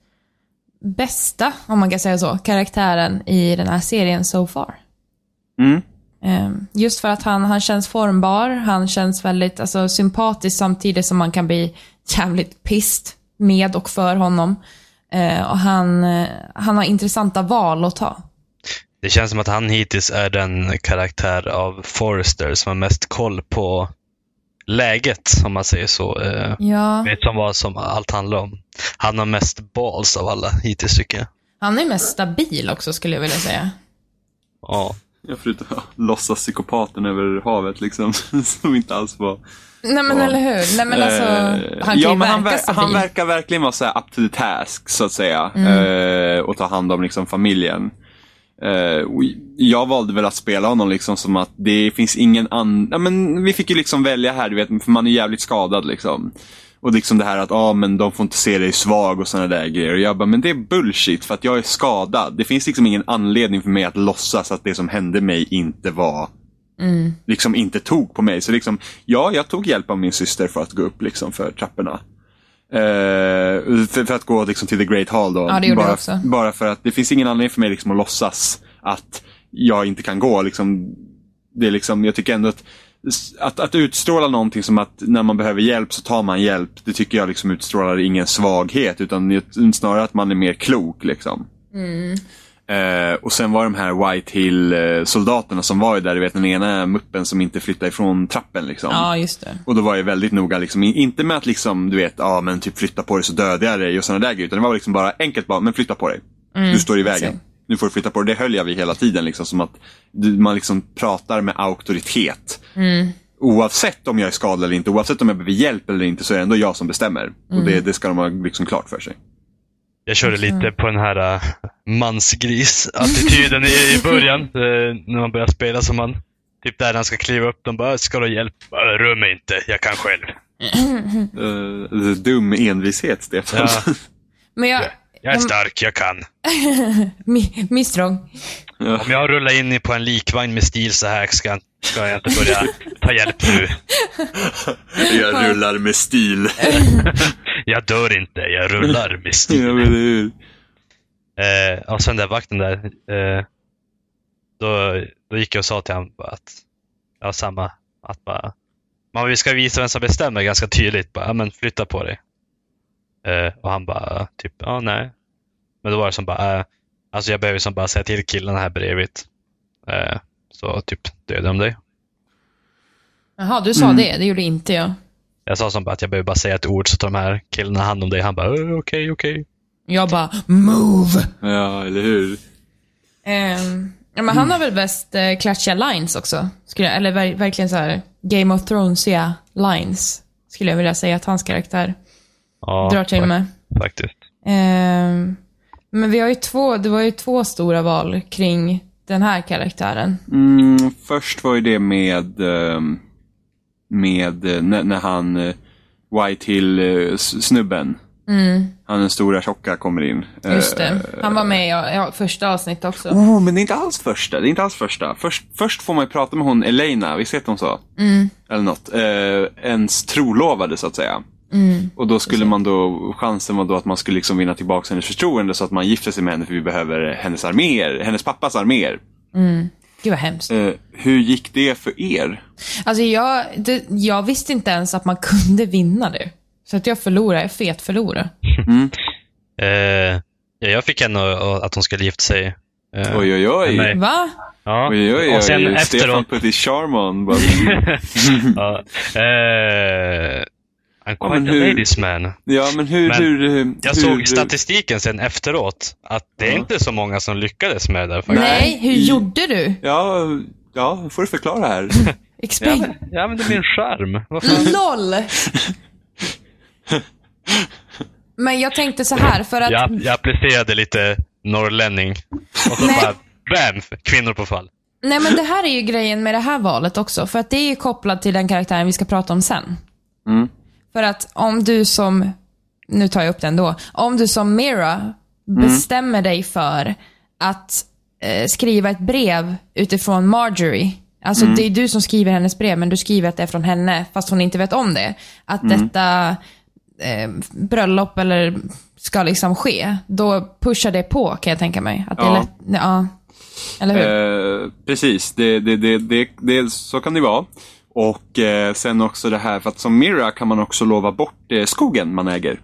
bästa, om man kan säga så, karaktären i den här serien so far. Mm. Um, just för att han, han känns formbar, han känns väldigt alltså, sympatisk samtidigt som man kan bli jävligt pissed med och för honom. Uh, och han, uh, han har intressanta val att ta. Det känns som att han hittills är den karaktär av Forrester som har mest koll på läget, om man säger så. Uh, ja. Vet som vad som allt handlar om. Han har mest balls av alla hittills, tycker jag. Han är mest stabil också, skulle jag vilja säga. Ja. Jag förutom ja, låtsas psykopaten över havet liksom, som inte alls var... Nej men ja. eller hur? Nej men alltså, eh, han kan ja, ju men han, verka ver- han verkar verkligen vara så här up to the task, så att säga. Mm. Eh, och ta hand om liksom familjen. Eh, och jag valde väl att spela honom liksom som att det finns ingen annan... Ja, men vi fick ju liksom välja här, du vet, för man är jävligt skadad liksom. Och liksom det här att ah, men de får inte se dig svag och såna där grejer. Och jag bara, men det är bullshit för att jag är skadad. Det finns liksom ingen anledning för mig att låtsas att det som hände mig inte var mm. liksom inte tog på mig. Så liksom, ja, jag tog hjälp av min syster för att gå upp liksom för trapporna. Uh, för, för att gå liksom till The Great Hall då. Ja, det gjorde bara, jag också. Bara för att det finns ingen anledning för mig liksom att låtsas att jag inte kan gå. Liksom, det är liksom, jag tycker ändå att Att, att utstråla någonting som att när man behöver hjälp så tar man hjälp, det tycker jag liksom utstrålar ingen svaghet, utan snarare att man är mer klok liksom. Mm. Eh, och sen var de här White Hill-soldaterna som var ju där, du vet, den ena muppen som inte flyttade ifrån trappen liksom. Ja, just det. Och då var jag väldigt noga liksom, inte med att liksom, du vet, ja ah, men typ flytta på dig så dödar jag dig och sådana där grejer, utan det var liksom bara enkelt bara, men flytta på dig. Mm, du står i vägen. Nu får du flytta på dig. Det höll jag vid hela tiden liksom, som att man liksom pratar med auktoritet. Mm. Oavsett om jag är skadad eller inte, oavsett om jag behöver hjälp eller inte, så är det ändå jag som bestämmer. Mm. Och det, det ska de ha liksom klart för sig. Jag körde lite på den här uh, mansgris-attityden i, i början, uh, när man börjar spela som man. Typ där han ska kliva upp, de bara, ska du ha hjälp? Rör mig inte, jag kan själv. uh, dum envishet, Stefan. Ja. Men jag... Jag är stark, jag kan. Misstrong. Ja. Om jag rullar in på en likvagn med stil så här ska jag, ska jag inte börja ta hjälp nu. Jag rullar med stil. Jag dör inte, jag rullar med stil. Ja, men det är ju... eh, och sen där vakten där, eh, då, då gick jag och sa till honom att ja, samma, att bara, man, vi ska visa vem som bestämmer ganska tydligt. Bara, ja, men flytta på dig. Uh, och han bara, typ, ja ah, nej. Men då var det som bara, uh, alltså jag behöver som bara säga till killarna här bredvid. Uh, så typ dödade de dig. Jaha, du sa mm. det, det gjorde inte jag. Jag sa som bara att jag behöver bara säga ett ord så tar de här killarna hand om dig. Han bara, okej, uh, okej. Okay, okay. Jag bara, move! Ja, eller hur? Um, ja, men han har väl bäst uh, klatschiga lines också. Skulle jag, eller ver- verkligen så här Game of Thrones-iga lines. Skulle jag vilja säga att hans karaktär ja, drar till med. Faktiskt. Um, men vi har ju två, det var ju två stora val kring den här karaktären. Mm, först var ju det med med när, när han White Hill snubben. Mm. Han den stora tjocka kommer in. Just det. Han var med i ja, första avsnitt också. Oh, men det är inte alls första. Det är inte alls första. Först, först får man ju prata med hon Elena, vi sett hon sa. Mm. Eller något. Eh, ens trolovade så att säga. Mm. Och då skulle man då, chansen var då att man skulle liksom vinna tillbaka hennes förtroende så att man gifter sig med henne, för vi behöver hennes arméer, hennes pappas arméer. Mm. Gud vad hemskt. Eh, hur gick det för er? Alltså jag, det, jag visste inte ens att man kunde vinna det. Så att jag förlorade, jag fet förlorade. Mm. Eh, ja, jag fick henne att hon skulle gifta sig. Eh, oj, oj, oj. med mig. Va? Ja. Oj, oj, oj. Och sen Stefan efteråt... put his charm on. But... ja. eh, I'm quite men a hur- ladies man. Ja, men hur... Men hur, hur Jag hur, såg hur- statistiken sen efteråt att det är Ja. inte så många som lyckades med det faktiskt. Nej, hur i- gjorde du? Ja, ja, får du förklara här. Ja, Explain. men, ja, men det blir en charm. Vad fan? LOL! Men jag tänkte så här, för att... Jag, jag applicerade lite norrlänning. Och så Nej. bara, bam, kvinnor på fall. Nej, men det här är ju grejen med det här valet också. För att det är ju kopplat till den karaktären vi ska prata om sen. Mm. För att om du som... Nu tar jag upp den då. Om du som Mira bestämmer dig för att eh, skriva ett brev utifrån Marjorie. Alltså det är du som skriver hennes brev, men du skriver att det är från henne fast hon inte vet om det. Att detta eh, bröllop eller ska liksom ske. Då pushar det på, kan jag tänka mig. Att det Ja. är lätt... Ja. Eller hur? Eh, precis, det, det, det, det, det, så kan det vara. Och eh, sen också det här, för att som Mira kan man också lova bort eh, skogen man äger.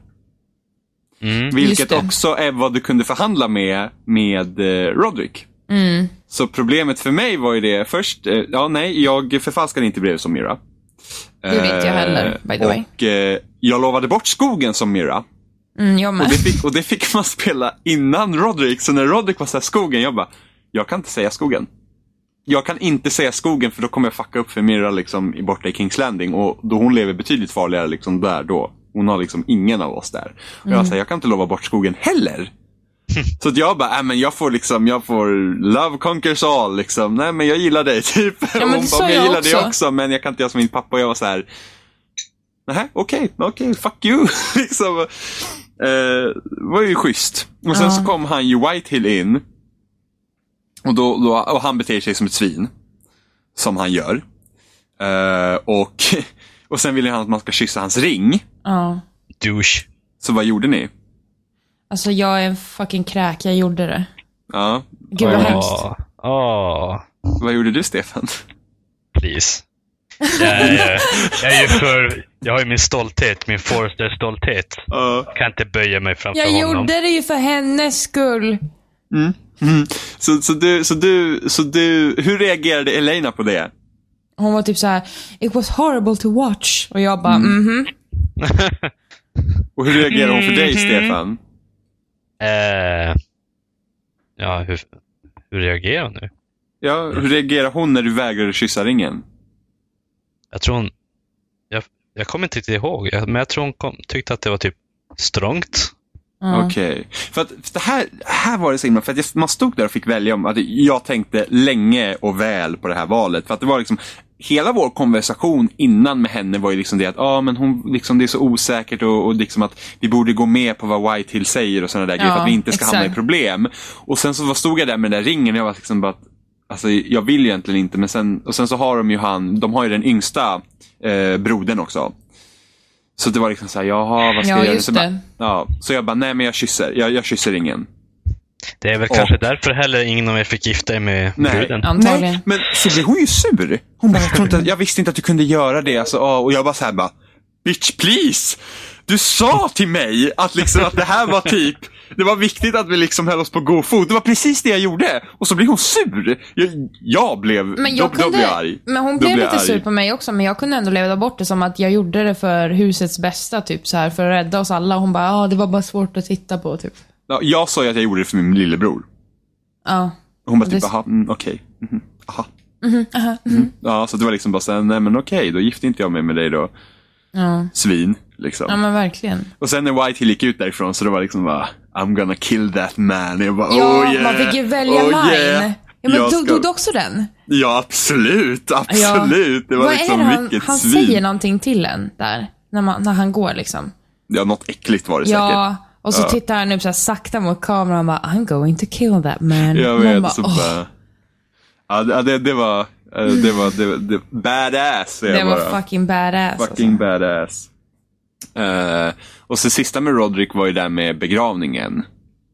Mm. Vilket Just det. också är vad du kunde förhandla med med eh, Roderick. Mm. Så problemet för mig var ju det först, eh, ja nej, jag förfalskade inte brev som Mira. Det vet jag heller, by the way. Och eh, jag lovade bort skogen som Mira. Mm, jag med. Och det, fick, och det fick man spela innan Roderick. Så när Roderick var så här, skogen, jag bara, jag kan inte säga skogen. Jag kan inte säga skogen för då kommer jag fucka upp för Mira liksom, i borta i Kings Landing. Och då hon lever betydligt farligare liksom, där då. Hon har liksom ingen av oss där. Och jag säger, jag kan inte lova bort skogen heller. Så att jag bara, äh, men jag får liksom, jag får love conquers all liksom. Nej men jag gillar dig typ. Ja, men Och hon så bara, men jag jag gillar också. dig också. Men jag kan inte göra som min pappa. Och jag var så här, nej okej, okej, fuck you. liksom. Eh, var ju schysst. Och sen Ja. så kom han ju Whitehill in. Och, då, då, och han beter sig som ett svin. Som han gör. Eh, och, och sen vill han att man ska kyssa hans ring. Ja. Douche. Så vad gjorde ni? Alltså jag är en fucking kräk, jag gjorde det. Ja. Gud vad Åh. hemskt. Åh, Vad gjorde du, Stefan? please. Jag är, jag är ju för... Jag har ju min stolthet, min Forrester-stolthet. Ja. Jag kan inte böja mig framför Jag honom. gjorde det ju för hennes skull. Mm. Mm. Så, så, du, så, du, så du, hur reagerade Elena på det? Hon var typ så här: it was horrible to watch. Och jag bara, mhm. Mm. Och hur reagerade hon för dig, Stefan? Eh, ja, hur, hur reagerar hon nu? Ja, hur reagerade hon när du vägrade kyssa ringen? Jag tror hon... Jag, jag kommer inte riktigt ihåg, jag, men jag tror hon kom, tyckte att det var typ strångt. Ja. Okej. För att för det här, här var det så himla, för att jag, man stod där och fick välja om att jag tänkte länge och väl på det här valet. För att det var liksom, hela vår konversation innan med henne var ju liksom det att ah, men hon, liksom, det är så osäkert och, och liksom att vi borde gå med på vad Whitehill säger och sådana där Ja, grejer för att vi inte ska exakt. hamna i problem. Och sen så stod jag där med den där ringen och jag var liksom bara att, alltså jag vill ju egentligen inte, men sen, och sen så har de ju han, de har ju den yngsta eh, brodern också. Så det var liksom så här, jaha, vad ska Ja, jag göra? just Så, det. bara, ja, så jag bara, nej men jag kysser, jag, jag kysser ringen. Det är väl Och- kanske därför heller ingen av er fick gifta er med Nej. bruden. Antagligen. Nej, men så blev hon ju sur. Hon bara, jag, tror inte, att- jag visste inte att du kunde göra det. Alltså, ja, och jag bara så här bara, bitch please. Du sa till mig att, liksom, att det här var typ, det var viktigt att vi liksom höll oss på god fot. Det var precis det jag gjorde. Och så blev hon sur. Jag, jag blev, Men, jag då, då kunde, blev jag arg. men hon Då blev blev jag lite sur arg. på mig också. Men jag kunde ändå leva bort det som att jag gjorde det för husets bästa. Typ så här, för att rädda oss alla. Och hon bara, ja ah, det var bara svårt att titta på typ. Ja, jag sa ju att jag gjorde det för min lillebror. Ja. Och hon bara typ, Det- aha, mm, okej. Mhm, aha. Mhm, aha, mhm. Ja, så det var liksom bara så här, nej men okej, då gifte inte jag mig med dig då. Ja. Svin, liksom. Ja men verkligen. Och sen när Whitehill gick ut därifrån så det var liksom bara, I'm gonna kill that man. Jag bara, Ja, oh yeah. man fick ju välja oh line. yeah. Ja, men Jag tog, ska- tog du också den? Ja, absolut, absolut. Det var Vad liksom är det han, vilket han svin. säger någonting till en där, när, man, när han går liksom. Ja, något äckligt var det Ja, säkert. och så Ja. tittar han upp så här sakta mot kameran och bara, I'm going to kill that man. Jag Och man vet, bara, så "Åh." bara... Ja, det, det, det var... eh, Det var det, det, badass, säger Det jag var bara. fucking badass. Fucking alltså. badass. Eh, och så sista med Roderick var ju där med begravningen.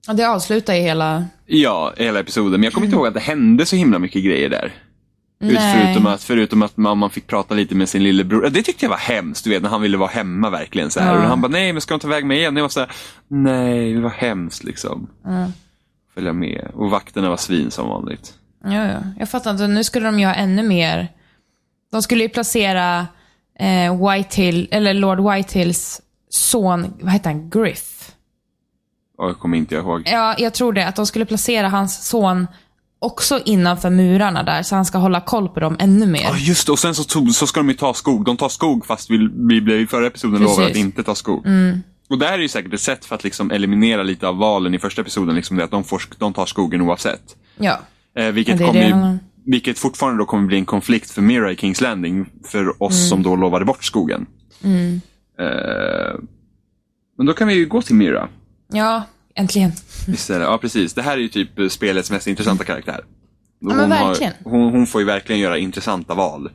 Ja, det avslutar ju hela... Ja, hela episoden. Men jag kommer inte ihåg att det hände så himla mycket grejer där. Ut, förutom, att, förutom att mamman fick prata lite med sin lillebror. Det tyckte jag var hemskt, du vet, när han ville vara hemma verkligen så här. Ja. Och han bara, nej men ska jag ta väg mig igen? Jag var så här, nej, det var hemskt liksom. Mm. Följa med. Och vakterna var svin som vanligt. Ja, ja. Jag fattar inte, nu skulle de ju ha ännu mer. De skulle ju placera eh, Whitehill, eller Lord Whitehills son, vad heter han, Griff? Ja, jag kommer inte ihåg. Ja, jag tror det, att de skulle placera hans son också innanför murarna där, så han ska hålla koll på dem ännu mer. Ja, just det. Och sen så, tog, så ska de ju ta skog. De tar skog fast vi, vi blev i förra episoden lovade att inte ta skog. Mm. Och det här är ju säkert ett sätt för att liksom eliminera lite av valen i första episoden. Liksom det att de, får, de tar skogen oavsett. Ja. Eh, vilket, kommer ju, han... vilket fortfarande då kommer bli en konflikt för Mira i King's Landing. För oss mm. som då lovade bort skogen. Mm. Eh, men då kan vi ju gå till Mira. Ja, äntligen. Visst är det? Ja, precis. Det här är ju typ spelets mest intressanta karaktär. Ja, men verkligen. Har, hon, hon får ju verkligen göra intressanta val.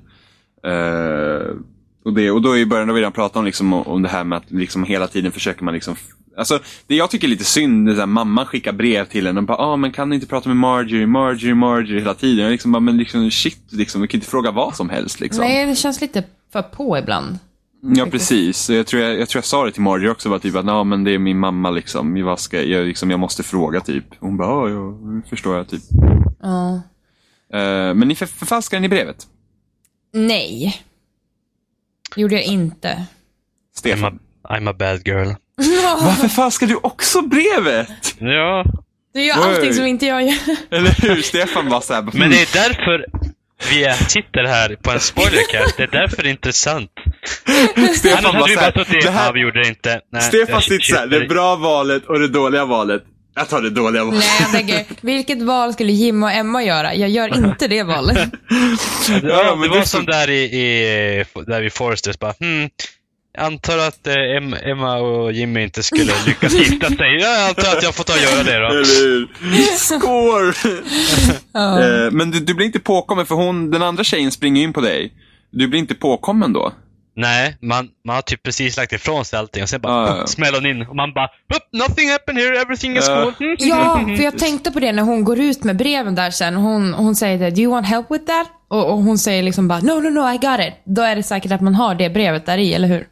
Uh, och, det, och då i början då vi redan pratade om, liksom, om det här med att liksom hela tiden försöker man liksom... Alltså, det jag tycker är lite synd är att mamman skickar brev till henne och bara, ah, men kan du inte prata med Marjorie, Marjorie, Marjorie hela tiden? Jag liksom bara, men liksom shit, liksom, vi kan inte fråga vad som helst liksom. Nej, det känns lite för på ibland. Ja, precis. Jag tror jag, jag tror jag sa det till Marjorie också, var typ att ja, men det är min mamma liksom, vad ska jag, liksom, jag måste fråga typ. Hon bara, ja, jag förstår jag typ. Ja. Uh, men ni för, förfalskade ni brevet? Nej. Gjorde jag inte. Stefan. I'm a, I'm a bad girl. Varför förfalskade du också brevet? Ja. Du gör allting Oj. Som inte jag gör. Eller hur? Stefan var så här. Men det är därför vi sitter här på en spoilercast. Det är därför det är intressant. Stefan var så här, det här... Ja, vi gjorde det inte. Nej, Stefan sitter så här, det bra valet och det dåliga valet. Jag tar det dåliga valet. Nej, jag tänker, vilket val skulle Jim och Emma göra? Jag gör inte det valet. Ja, det, ja, men det var det... som där i, i där vid Foresters bara, hmm, jag antar att eh, Emma och Jimmy inte skulle lyckas gifta sig. Jag antar att jag får ta och göra det då. Eller score! oh. eh, men du, du blir inte påkommen, för hon, den andra tjejen springer in på dig. Du blir inte påkommen då? Nej, man, man har typ precis lagt ifrån sig allting och sen bara uh. smäller hon in och man bara, nothing happened here, everything is cool. Uh. Ja, för jag tänkte på det när hon går ut med breven där sen. Hon, hon säger det, do you want help with that? Och, och hon säger liksom bara, no, no, no, I got it. Då är det säkert att man har det brevet där i, eller hur?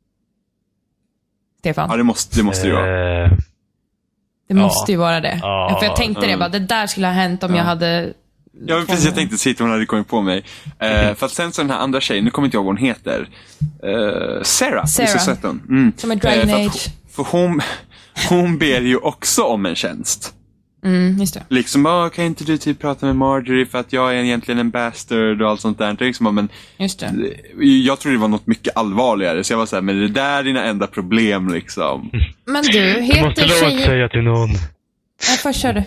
Stefan? Ja, det måste, det måste ju vara. Uh. Det måste ju vara det. Uh. För jag tänkte uh. det bara, det där skulle ha hänt om uh. jag hade... Ja, men precis, jag tänkte sitta hon hade kommit på mig. Uh, för att sen så den här andra tjejen, nu kommer inte jag ihåg vad hon heter. Uh, Sarah, Sarah. Mm. Som är Dragon uh, Age. För, för hon, hon ber ju också om en tjänst. Mm, just det. Liksom, oh, kan inte du typ prata med Marjorie för att jag är egentligen en bastard och allt sånt där. Liksom, men just det. Jag tror det var något mycket allvarligare. Så jag var så här, men det där är dina enda problem liksom. Men du, heter du måste tjejen... säga till någon. Ja, först kör du.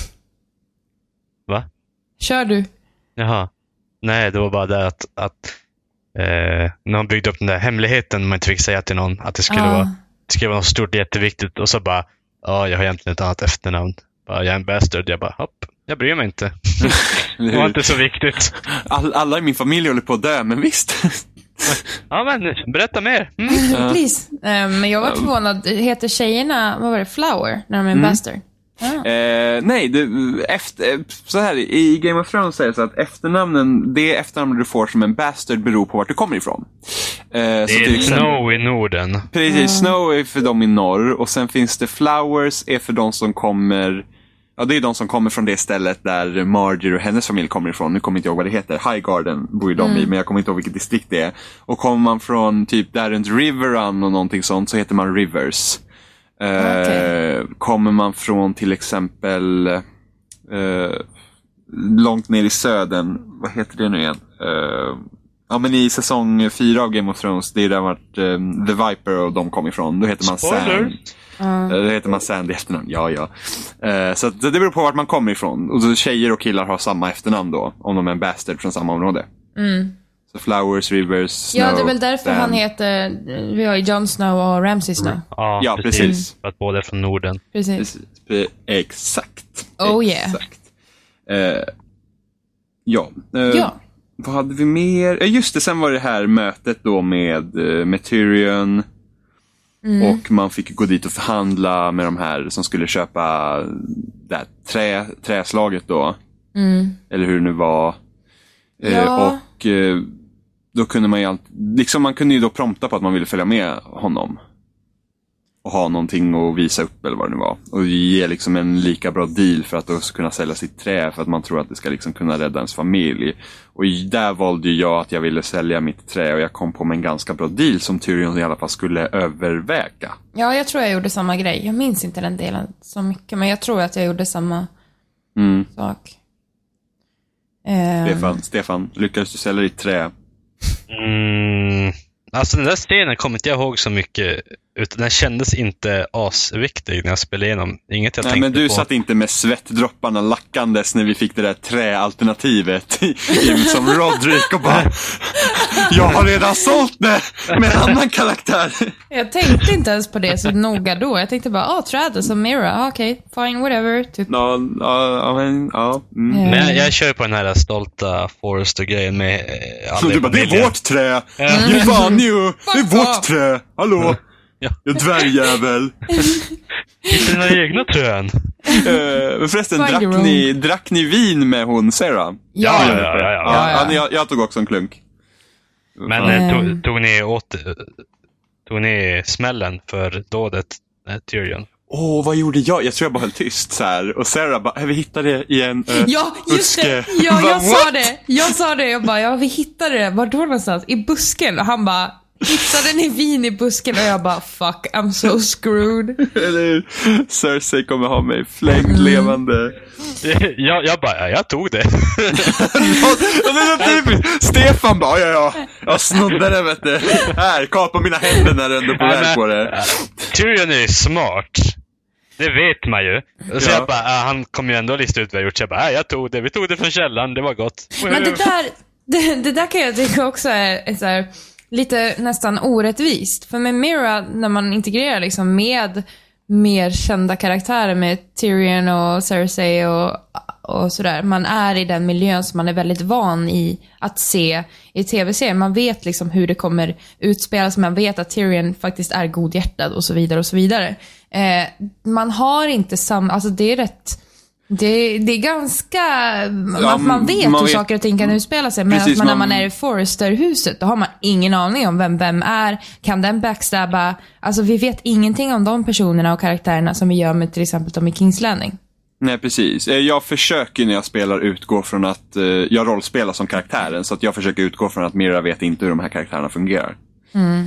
Va? Kör du. Jaha. Nej, det var bara det att, att eh, när man byggde upp den där hemligheten man inte fick säga till någon att det skulle, ah. vara, det skulle vara något stort jätteviktigt och så bara, ja, jag har egentligen ett annat efternamn. Bara, jag är en bastard. Jag bara, hopp, jag bryr mig inte. Det var inte så viktigt. All, alla i min familj håller på att dö, men visst. Ja, men berätta mer. Mm. Uh. Please. Um, men jag var förvånad. Heter tjejerna, vad var det, Flower, när de är en mm. bastard? Ah. Eh, nej, det, efter, så här, i Game of Thrones säger det så att efternamnen, det efternamn du får som en bastard beror på vart du kommer ifrån. Eh, det så är till exempel, Snow i Norden. Precis, mm. Snow är för dem i norr och sen finns det Flowers är för de som kommer, ja det är de som kommer från det stället där Marjorie och hennes familj kommer ifrån. Nu kommer jag inte ihåg vad det heter. Highgarden bor ju de mm. i, men jag kommer inte ihåg vilket distrikt det är. Och kommer man från typ där runt Riverrun och någonting sånt så heter man Rivers. Okay. Uh, kommer man från till exempel uh, långt ner i södern, vad heter det nu igen? Uh, ja, men i säsong fyra av Game of Thrones, det är där vart uh, The Viper och de kom ifrån. Då heter man Sand. Uh. Uh, då heter man Sand i efternamn. Ja, ja. Uh, så det beror på vart man kommer ifrån. Och så tjejer och killar har samma efternamn då, om de är en bastard från samma område. Mm. Flowers, Rivers, Snow. Ja, det är väl därför Dan. Han heter, vi har ju Jon Snow och Ramsay Snow. Ja, ja precis. precis. För att båda är från Norden. Precis. precis. Exakt. Oh yeah. Exakt. Uh, ja. Uh, ja. Vad hade vi mer? Uh, just det, sen var det här mötet då med, uh, med Tyrion. Mm. Och man fick gå dit och förhandla med de här som skulle köpa det här trä, träslaget då. Mm. Eller hur det nu var. Ja. Eh, och eh, då kunde man ju alltid, liksom man kunde ju då prompta på att man ville följa med honom. Och ha någonting att visa upp eller vad det nu var. Och ge liksom en lika bra deal för att då kunna sälja sitt trä. För att man tror att det ska liksom kunna rädda ens familj. Och där valde jag att jag ville sälja mitt trä. Och jag kom på med en ganska bra deal som Tyrion i alla fall skulle överväga. Ja, jag tror jag gjorde samma grej. Jag minns inte den delen så mycket. Men jag tror att jag gjorde samma Mm. sak. Um, Stefan, Stefan, lyckades du sälja ditt trä? Mm, alltså den där scenen kommer inte jag ihåg så mycket. Utan den kändes inte asviktig när jag spelade igenom. Inget jag Nej, tänkte men du på. satt inte med svettdropparna lackandes när vi fick det där träalternativet i, i, som Roderick och bara jag har redan sålt det med en annan karaktär. Jag tänkte inte ens på det så noga då. Jag tänkte bara, åh, trädet som Mira. Okej, okay, fine, whatever. Typ. Ja, ja, men, ja. Mm. Eh. Men jag, jag kör på den här stolta Forrester-grejen med eh, Så alla du bara, det är familjen. vårt trä. Ja. Ge fan ju, det är Fuck vårt off. trä. Hallå, Ja. jag dvärgjävel. Hitta dina egna trän. Uh, men förresten, Find drack your ni, drack ni vin med hon Sarah? Ja, ja, ja, ja, ja. Ja, ja. ja, jag, jag tog också en klunk. Men Fan. eh, Ehm. tog, tog ni åt tog ni smällen för dådet eh, Tyrion? Åh, oh, vad gjorde jag? Jag tror jag bara höll tyst så här. Och Sarah bara, "Äh, vi hittade det i en uh, Ja, just det. buske." Ja, Bara, jag sa "What?" det. Jag sa det. Jag bara, ja, vi hittade det. Var då någonstans? I busken. Och han bara, hittade ni vin i busken? Och jag bara, fuck, I'm so screwed. Eller Cersei kommer ha mig flängd levande. jag, jag bara, ja, jag tog det. Ja, det är så typiskt. Stefan bara, ja, ja, jag snodde det, vet du. Här, kapa mina händer när du ändå är på Ja, väg men- på det. Tyrion är ju smart. Det vet man ju. Så Ja. jag bara, ah, han kommer ju ändå lista ut vad jag gjort. Så jag bara, ah, jag tog det. Vi tog det från källan. Det var gott. Men det där, det, det där kan jag tycka också är, är så här, lite nästan orättvist. För med Mira, när man integrerar liksom med mer kända karaktärer, med Tyrion och Cersei och, och sådär. Man är i den miljön som man är väldigt van i att se i tv-serier. Man vet liksom hur det kommer utspelas. Man vet att Tyrion faktiskt är godhjärtad och så vidare och så vidare. Eh, man har inte samma, alltså det är rätt... Det, det är ganska... man, man vet man hur vet- saker och ting kan utspela sig. Men Precis, man, när man- man är i Forrester-huset, då har man ingen aning om vem vem är. Kan den backstabba? Alltså vi vet ingenting om de personerna och karaktärerna som vi gör med till exempel de i King's Landing. Nej, precis. Eh, Jag försöker när jag spelar utgå från att eh, jag rollspelar som karaktären. Så att jag försöker utgå från att Mira vet inte hur de här karaktärerna fungerar. Mm.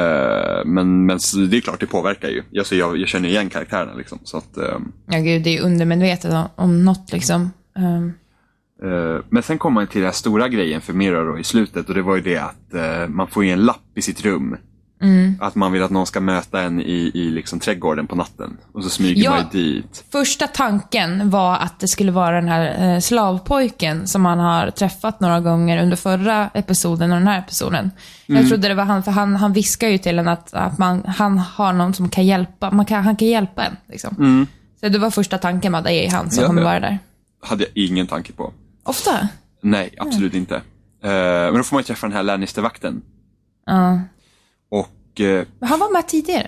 Eh, men, men så det är klart, det påverkar ju. Jag, så jag, jag känner igen karaktärerna liksom. Så att, eh, Ja gud, det är ju undermedvetet om, om något liksom. Um, eh, men sen kommer man till den här stora grejen för Mira då i slutet. Och det var ju det att eh, man får ju en lapp i sitt rum. mm. Att man vill att någon ska möta en i, i liksom trädgården på natten. Och så smyger Ja. man ju dit. Första tanken var att det skulle vara den här eh, slavpojken som man har träffat några gånger under förra episoden och den här episoden. Jag trodde det var han, för han, han viskar ju till en att, att man, han har någon som kan hjälpa, man kan, han kan hjälpa en. Liksom. Mm. Så det var första tanken med att det är han som Ja, kommer ja. vara där. Hade jag ingen tanke på. Ofta? Nej, absolut inte. Eh, men då får man ju träffa den här Lannister-vakten. Ja. Och eh, Men han var med tidigare.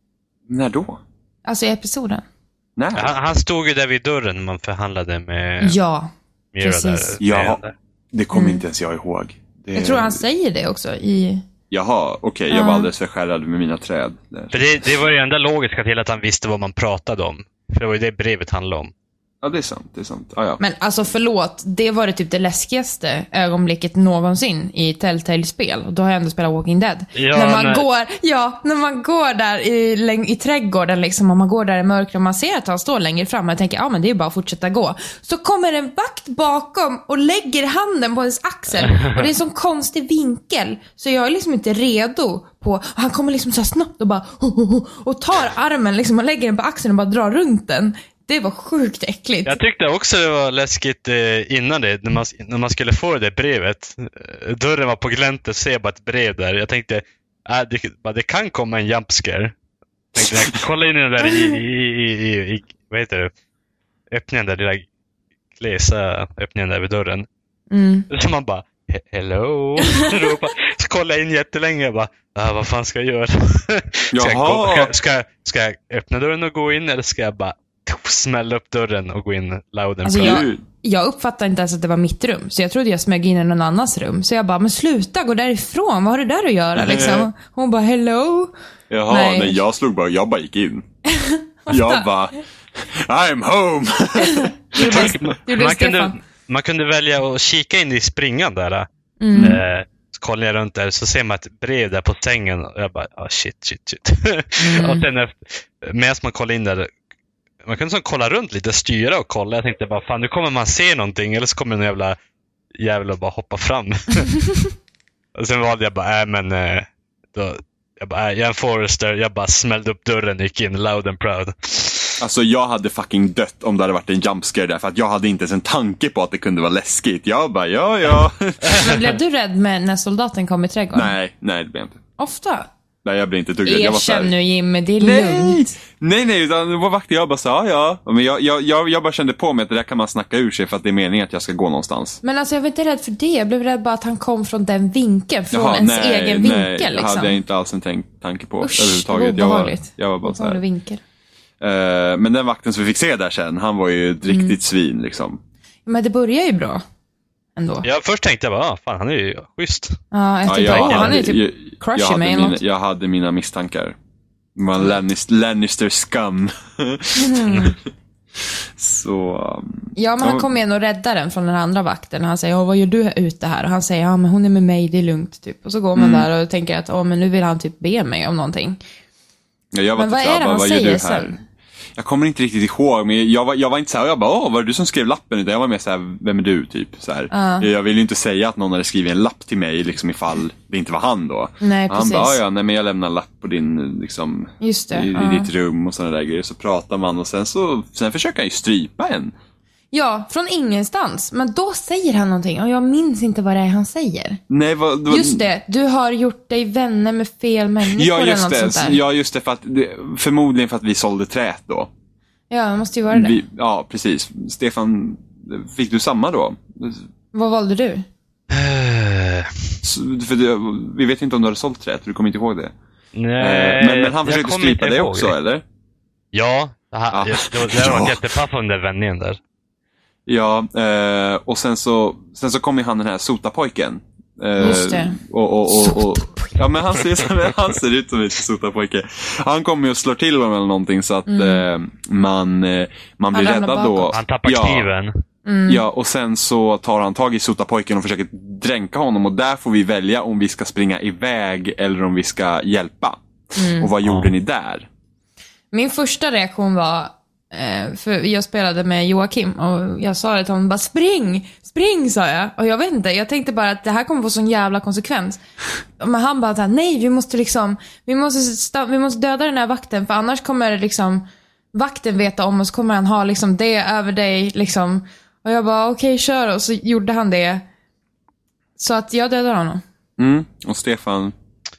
när då? Alltså i episoden. När? Han, han stod ju där vid dörren när man förhandlade med Ja. Mira precis. där. Ja. Där. Det kommer Mm. inte ens jag ihåg. Det... Jag tror han säger det också i... Jaha, okej. jag Ja. var alldeles för skärrad med mina träd. Där. För det, det var ju enda logiska till att han visste vad man pratade om. För det var ju det brevet handlade om. Ja, det är sant. Det är sant. Ah, ja. Men alltså förlåt, det var det typ det läskigaste ögonblicket någonsin i Telltale-spel. Och då har jag ändå spelat Walking Dead. Ja, när man men- går, ja, när man går där i, läng- i trädgården liksom, och man går där i mörkret och man ser att han står längre fram och jag tänker, ja men det är bara att fortsätta gå. Så kommer en vakt bakom och lägger handen på ens axel. Och det är en sån konstig vinkel. Så jag är liksom inte redo på, och han kommer liksom så här snabbt och bara och tar armen liksom och lägger den på axeln och bara drar runt den. Det var sjukt äckligt. Jag tyckte också det var läskigt eh, innan det, när man, när man skulle få det där brevet. Eh, Dörren var på glänt och ser bara ett brev där. Jag tänkte, äh, det, bara, det kan komma en jumpscare. Tänkte, jag, kolla in i den där i, i, i, i, i vad heter det? Öppningen där, lilla glesa öppningen där vid dörren. Mm. Så man bara, "He- hello. Ropar. Så kollade in jättelänge. Jag bara, ah, vad fan ska jag göra? ska, jag Jaha. gå, ska, ska, ska jag öppna dörren och gå in eller ska jag bara smälla upp dörren och gå in loud and Alltså, proud? jag, jag uppfattade inte ens att det var mitt rum. Så jag trodde jag smög in i någon annans rum. Så jag bara, men sluta, gå därifrån. Vad har du där att göra liksom? Hon bara, hello. Jaha, Nej. nej. jag slog bara, jag bara gick in. jag bara, I'm home. Du blev, du blev man, Stefan. kunde, man kunde välja att kika in i springan där. Mm. Eh, så kollar jag runt där så ser man ett brev där på sängen och jag bara, ah, shit, shit, shit. Mm. och sen efter, medan man kollar in där, man kunde så kolla runt lite, styra och kolla. Jag tänkte bara, fan nu kommer man se någonting eller så kommer en jävla jävla och bara hoppa fram. och sen valde jag bara, äh men eh, då, jag bara, äh, jag är en Forrester, jag bara smällde upp dörren och gick in loud and proud. Alltså jag hade fucking dött om det hade varit en jumpscare där. För att jag hade inte ens en tanke på att det kunde vara läskigt. Jag bara, ja, ja. Men blev du rädd med när soldaten kom i trädgården? nej, nej det blev jag inte. Ofta? Nej, jag blev inte dugg rädd. Jag var så här, Erkänn nu Jimmy, det är nej, lugnt. nej, nej, utan det var vakter. Jag bara sa, ja, ja. Men jag, jag, jag, jag bara kände på mig att det där kan man snacka ur sig för att det är meningen att jag ska gå någonstans. Men alltså jag var inte rädd för det. Jag blev rädd bara att han kom från den vinkeln. Från Jaha, ens nej, egen nej, vinkel det liksom. hade jag inte alls en tänk, tanke på Usch, överhuvudtaget. det Jag var var, obehagligt. jag var bara så Obehaglig här. vinkel. Uh, men den vakten som vi fick se där sen, han var ju ett Mm. riktigt svin liksom. Men det börjar ju bra. Ändå. Ja, först tänkte jag bara, ah, fan han är ju schysst. Ja, jag Ja, tänkte, åh, han är ju jag, typ jag, crush jag, i mig hade eller mina, något. jag hade mina misstankar. Man Lannister, Lannister scum. Så... Um, Ja, men han kommer igen och räddar den från den andra vakten. Och han säger, åh, vad gör du ute här? Och han säger, ja men hon är med mig, det är lugnt typ. Och så går man Mm. där och tänker att, åh men nu vill han typ be mig om någonting. ja, jag var Men vad typ är såhär, det bara, han vad gör säger du här? sen? Jag kommer inte riktigt ihåg, men jag var, jag var inte såhär, jag bara, åh, var det du som skrev lappen? Utan jag var mer såhär, vem är du? Typ så här. Ja. Jag ville ju inte säga att någon hade skrivit en lapp till mig, liksom ifall det inte var han då. Nej, Han precis. bara, ja, nej men jag lämnar en lapp på din, liksom, Just det, i, ja. i ditt rum och sådana där grejer. Så pratar man och sen så, sen försöker han ju strypa en. Ja, från ingenstans. Men då säger han någonting och jag minns inte vad det är han säger. Nej, vad, vad, Just det, du har gjort dig vänner med fel människor Ja, eller just något det. sånt där. Ja, just det. För att, det, förmodligen för att vi sålde trät då. Ja, det måste ju vara det. Vi, ja, precis. Stefan, fick du samma då? Vad valde du? Uh, Så, för det, vi vet inte om du hade sålt trät, du kommer inte ihåg det. nej, Eh, men, men han jag försökte kommer strypa inte dig ihåg också, det. eller? Ja, det, här, Ja. det, det, det var Ja. jättepaff om den vändningen där. Ja, eh, och sen så, sen så kom ju han den här sotapojken. Eh, Just det. Och, och, och, och, ja, men han ser, han ser ut som en sotapojke. Han kommer ju och slår till honom eller någonting så att eh, man, eh, man blir Han ramlar räddad då. bakåt. Han tappar Ja. kniven. Ja, och sen så tar han tag i sotapojken och försöker dränka honom. Och där får vi välja om vi ska springa iväg eller om vi ska hjälpa. Och vad gjorde Ja. ni där? Min första reaktion var, eh, för jag spelade med Joakim och jag sa det till honom, bara spring, spring sa jag. Och jag vet inte, jag tänkte bara att det här kommer få sån jävla konsekvens. Men han bara såhär, nej vi måste liksom, vi måste, sta- vi måste döda den här vakten för annars kommer det liksom vakten veta om och så kommer han ha liksom det över dig liksom. Och jag bara okej kör och så gjorde han det. Så att jag dödade honom. Mm. Och Stefan?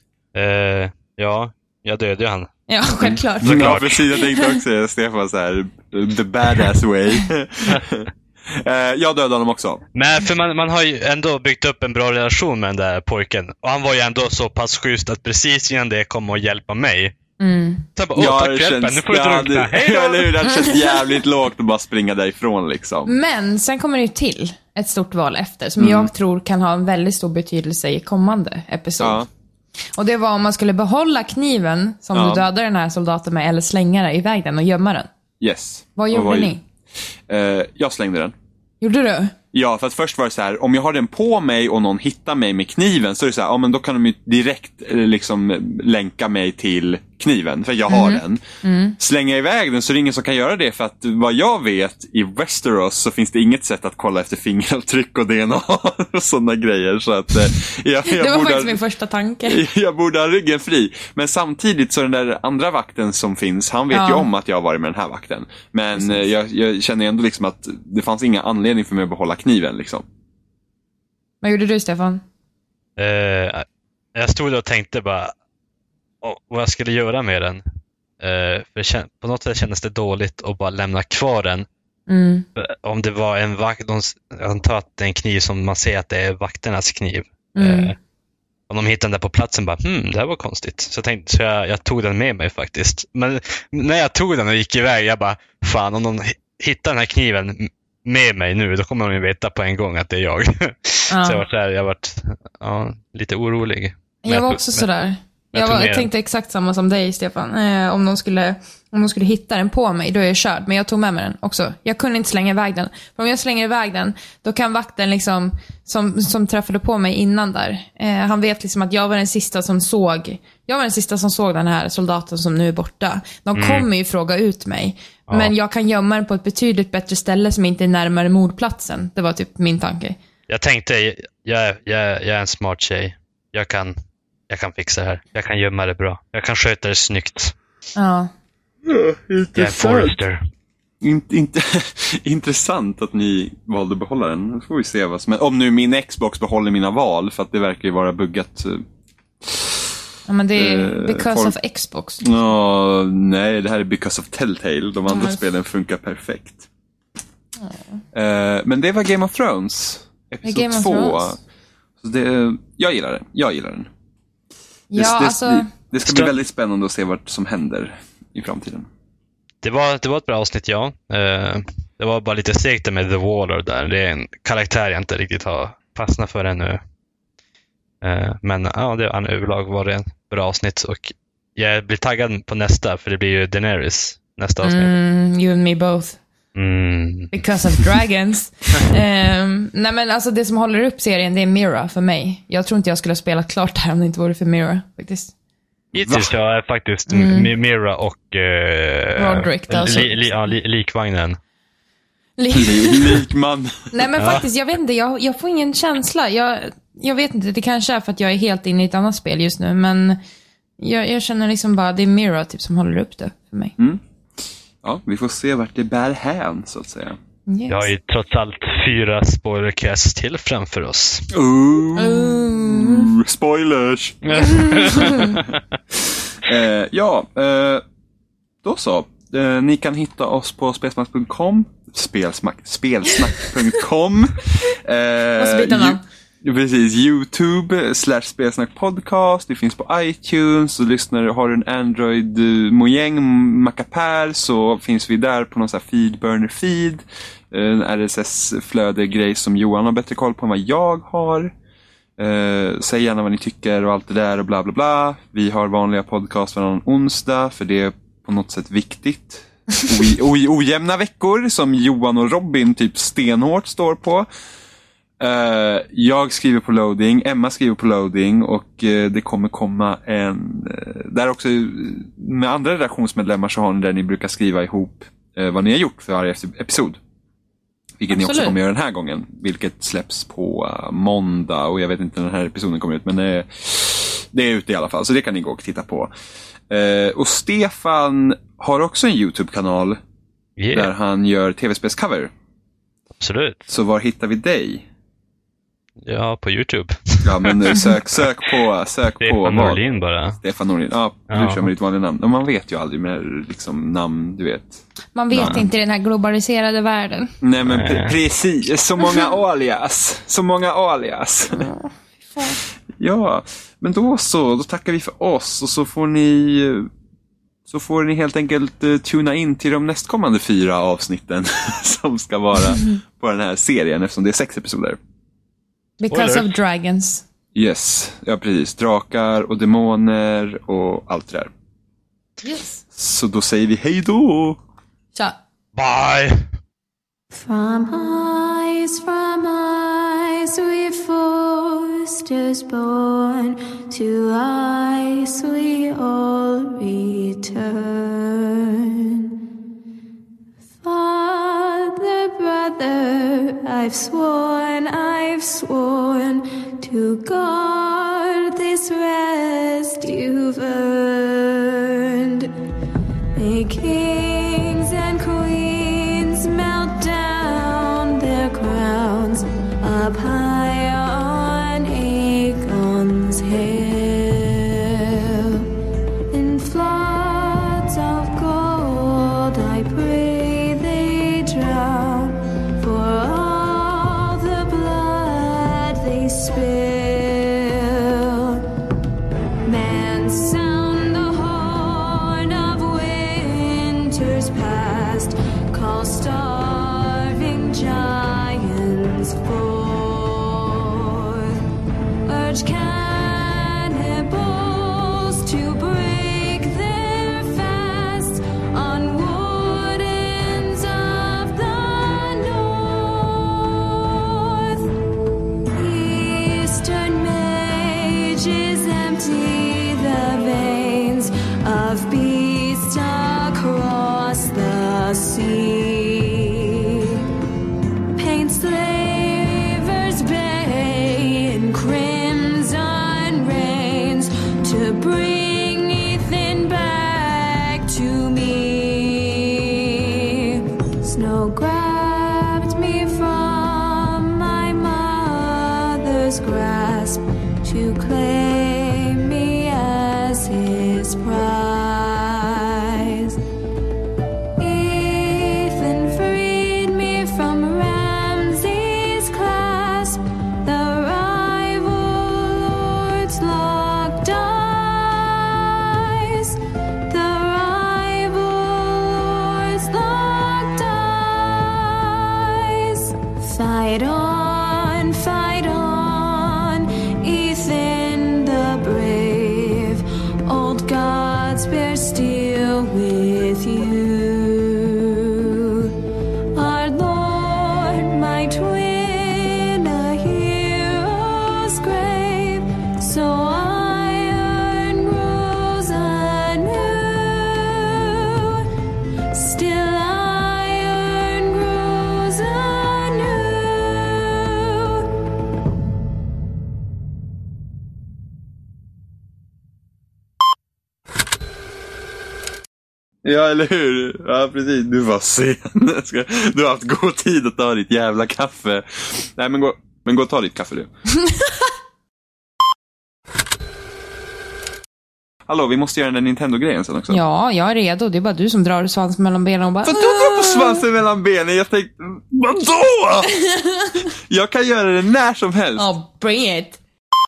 Eh, ja, jag dödade ju han. Ja, självklart. Ja, precis. Jag tänkte också säga Stefan så här, the badass way. eh, jag dödade honom också. Men för man, man har ju ändå byggt upp en bra relation med den där pojken. Och han var ju ändå så pass schysst att precis innan det kom och hjälpa mig. Mm. Så jag bara, åh Ja, tack det för hjälpen, känns- nu får du det drunkna. hade- Hej Ja, eller då! hur? Det känns jävligt lågt att bara springa därifrån liksom. Men sen kommer det ju till ett stort val efter som Mm. jag tror kan ha en väldigt stor betydelse i kommande episod. Ja. Och det var om man skulle behålla kniven som Ja. du dödade den här soldaten med eller slänga den iväg den och gömma den. Yes. Vad Och gjorde ni? Eh, jag slängde den. Gjorde du? Ja, för att först var det så här, om jag har den på mig och någon hittar mig med kniven så är det så här, ja men då kan de ju direkt eh, liksom länka mig till kniven, för jag har den. Slänga iväg den så är det ingen som kan göra det, för att vad jag vet i Westeros så finns det inget sätt att kolla efter fingeravtryck och D N A och sådana grejer, så att eh, jag, jag, Det var borde faktiskt ha, min första tanke. jag borde ha ryggen fri. Men samtidigt så den där andra vakten som finns, han vet Ja. ju om att jag har varit med den här vakten. Men eh, jag, jag känner ändå liksom att det fanns inga anledning för mig att behålla kniven liksom. Vad gjorde du, Stefan? Eh, jag stod och tänkte bara åh, vad jag skulle göra med den. Eh, för det kän- på något sätt kändes det dåligt att bara lämna kvar den. Mm. Om det var en vakt, de, jag antar att det är en kniv som man ser att det är vakternas kniv. Mm. Eh, om de hittade den där på platsen bara, hmm, det här var konstigt. Så jag tänkte, så jag, jag tog den med mig faktiskt. Men när jag tog den och gick iväg, jag bara, fan, om någon hittar den här kniven med mig nu, då kommer de ju veta på en gång att det är jag. Ja. Så jag var så här, jag var ja, lite orolig. Jag var men, också men, sådär. Jag, var, jag tänkte exakt samma som dig, Stefan. Eh, om, de skulle, om de skulle hitta den på mig, då är jag körd. Men jag tog med mig den också. Jag kunde inte slänga iväg den. För om jag slänger iväg den, då kan vakten liksom, som, som träffade på mig innan där, eh, han vet liksom att jag var den sista som såg jag var den sista som såg den här soldaten som nu är borta. De mm. kommer ju fråga ut mig. Ja. Men jag kan gömma den på ett betydligt bättre ställe som inte är närmare mordplatsen. Det var typ min tanke. Jag tänkte, jag, jag, jag är en smart tjej. Jag kan Jag kan fixa det här. Jag kan gömma det bra. Jag kan sköta det snyggt. Ja. Ja, jag är Forrester. Int, inte, intressant att ni valde att behålla den. Nu får vi se vad som är. Om nu min Xbox behåller mina val, för att det verkar ju vara buggat. Ja, men det är uh, because for... of Xbox. Ja, nej, det här är because of Telltale. De andra mm. spelen funkar perfekt. Mm. Uh, men det var Game of Thrones. Episod två. Så det, jag gillar den. Jag gillar den. Ja, det, alltså... det, det ska bli väldigt spännande att se vad som händer i framtiden. Det var, det var ett bra avsnitt, ja. Uh, det var bara lite segt med The Waller där. Det är en karaktär jag inte riktigt har fastnat för ännu. Uh, men ja, det, överlag var det en bra avsnitt. Och jag blir taggad på nästa, för det blir ju Daenerys nästa avsnitt. Mm, you and me both. Mm. Because of dragons. um, nej men alltså det som håller upp serien, det är Mira för mig. Jag tror inte jag skulle ha spelat klart det här om det inte vore för Mira faktiskt. Hittills jag är faktiskt mm. Mira och uh, Roderick alltså. li, li, ja, li, likvagnen. Likman. Nej men faktiskt, jag vet inte, jag, jag får ingen känsla. Jag, jag vet inte, det kanske är för att jag är helt inne i ett annat spel just nu. Men jag, jag känner liksom bara, det är Mira typ som håller upp det för mig. Mm. Ja, vi får se vart det bär hän, så att säga. Yes. Jag har ju trots allt fyra spoilercasts till framför oss. Ooh, Ooh. Spoilers! eh, ja, eh, då så. Eh, ni kan hitta oss på spelsmack punkt com. Spelsmack, spelsnack punkt com. eh, Precis, YouTube slash spelsnack podcast. Det finns på iTunes. Och lyssnar, har du en Android Mojang Macapär, så finns vi där på någon sån här feedburner feed. En R S S-flöde-grej som Johan har bättre koll på än vad jag har. Uh, säg gärna vad ni tycker och allt det där och bla bla bla. Vi har vanliga podcast varannan onsdag, för det är på något sätt viktigt. O- o- ojämna veckor som Johan och Robin typ stenhårt står på. Uh, jag skriver på loading, Emma skriver på loading, och uh, det kommer komma en uh, där också med andra redaktionsmedlemmar, så har ni där ni brukar skriva ihop uh, vad ni har gjort för varje episod, vilket Absolut. Ni också kommer göra den här gången, vilket släpps på uh, måndag, och jag vet inte när den här episoden kommer ut, men uh, det är ute i alla fall, så det kan ni gå och titta på. uh, och Stefan har också en YouTube-kanal yeah. där han gör tv-spelscover. Absolut. Så var hittar vi dig? Ja, på YouTube. Ja, men sök, sök på sök Stefan på Norlin bara. Stefan Norlin. Ja, du ja. kör med ditt vanliga namn. Men man vet ju aldrig med liksom namn, du vet. Man vet namn. Inte i den här globaliserade världen. Nej, men pre- precis. Så många alias. Så många alias. Ja, ja, men då så. Då tackar vi för oss. Och så får ni så får ni helt enkelt uh, tuna in till de nästkommande fyra avsnitten som ska vara på den här serien, eftersom det är sex episoder. Because of dragons. Yes, ja precis. Drakar och demoner och allt det där. Yes. Så då säger vi hej då. Tja. Bye. From eyes, from eyes we Forsters born, to eyes we all return. Father, brother, I've sworn, I've sworn to guard this rest you've earned. May kings and queens melt down their crowns up high on Aegon's hill. In floods of gold I pray they drown, for all the blood they spill. Large cannibals to break their fast on wardens of the north. Eastern mages empty the veins of beasts across the sea. Paint slavers bay in crimson rains to bring Ethan back to me. Snow grabbed me from my mother's grasp to claim me as his prize. Ethan freed me from Ramses' clasp, the rival lord's locked eyes, the rival lord's locked eyes. Fight on, fight on, Ethan the brave. Old gods bear steel with you. Our Lord, my twin, a hero's grave, so iron grows anew. Still iron grows anew. Ja, eller hur? Ja, precis. Du var sen. Ska- Du har haft god tid att ta ditt jävla kaffe. Nej, men gå, men gå och ta ditt kaffe du. Hallå, vi måste göra den där Nintendo-grejen sen också. Ja, jag är redo. Det är bara du som drar svans mellan benen och bara... Vadå dra på svansen mellan benen? Jag tänkte, vadå? Jag kan göra det när som helst. Ja, bring it.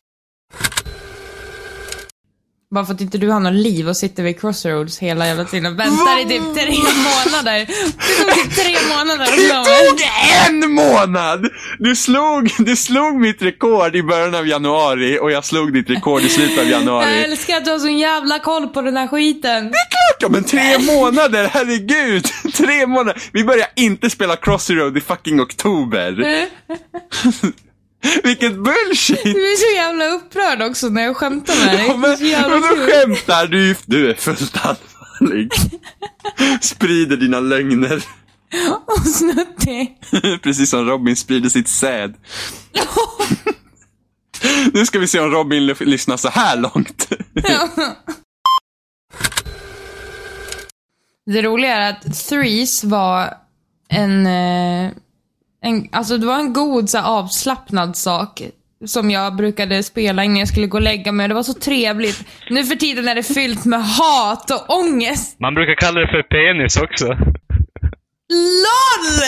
Bara för att inte du har någon liv och sitter vid Crossroads hela jävla tiden och väntar i typ tre månader. Det tog typ tre månader. Det tog en månad! Du slog, du slog mitt rekord i början av januari och jag slog ditt rekord i slutet av Jag januari. älskar att du har sån jävla koll på den här skiten. Ja, men tre månader, herregud! Tre månader! Vi börjar inte spela Crossroad i fucking oktober. Vilket bullshit! Du är så jävla upprörd också när jag skämtar med dig. Ja, men, Det är så jävla men då kul. skämtar du. Du är fullt allvarlig. Sprider dina lögner. Och snuttig. Precis som Robin sprider sitt säd. Nu ska vi se om Robin l- lyssnar så här långt. Det roliga är att Threes var en, eh, en alltså det var en god så här, avslappnad sak som jag brukade spela innan jag skulle gå och lägga mig. Det var så trevligt. Nu för tiden är det fyllt med hat och ångest. Man brukar kalla det för penis också. LOL!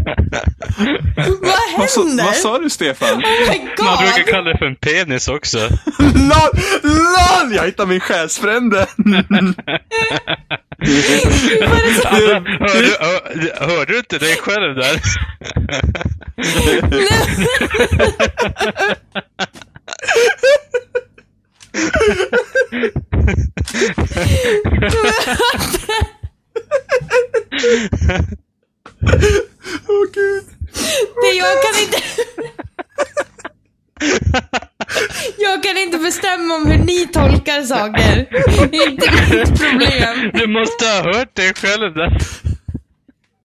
Vad Vad, så, händer? vad sa du, Stefan? Oh my god! Man brukar kalla det för en penis också. LOL! LOL! Jag hittar min själsfrände. Alltså, hörde, hör, hörde du inte dig själv där? Åh oh, gud. Det jag kan inte... Jag kan inte bestämma om hur ni tolkar saker. Det är inte mitt problem. Du måste ha hört dig själv där.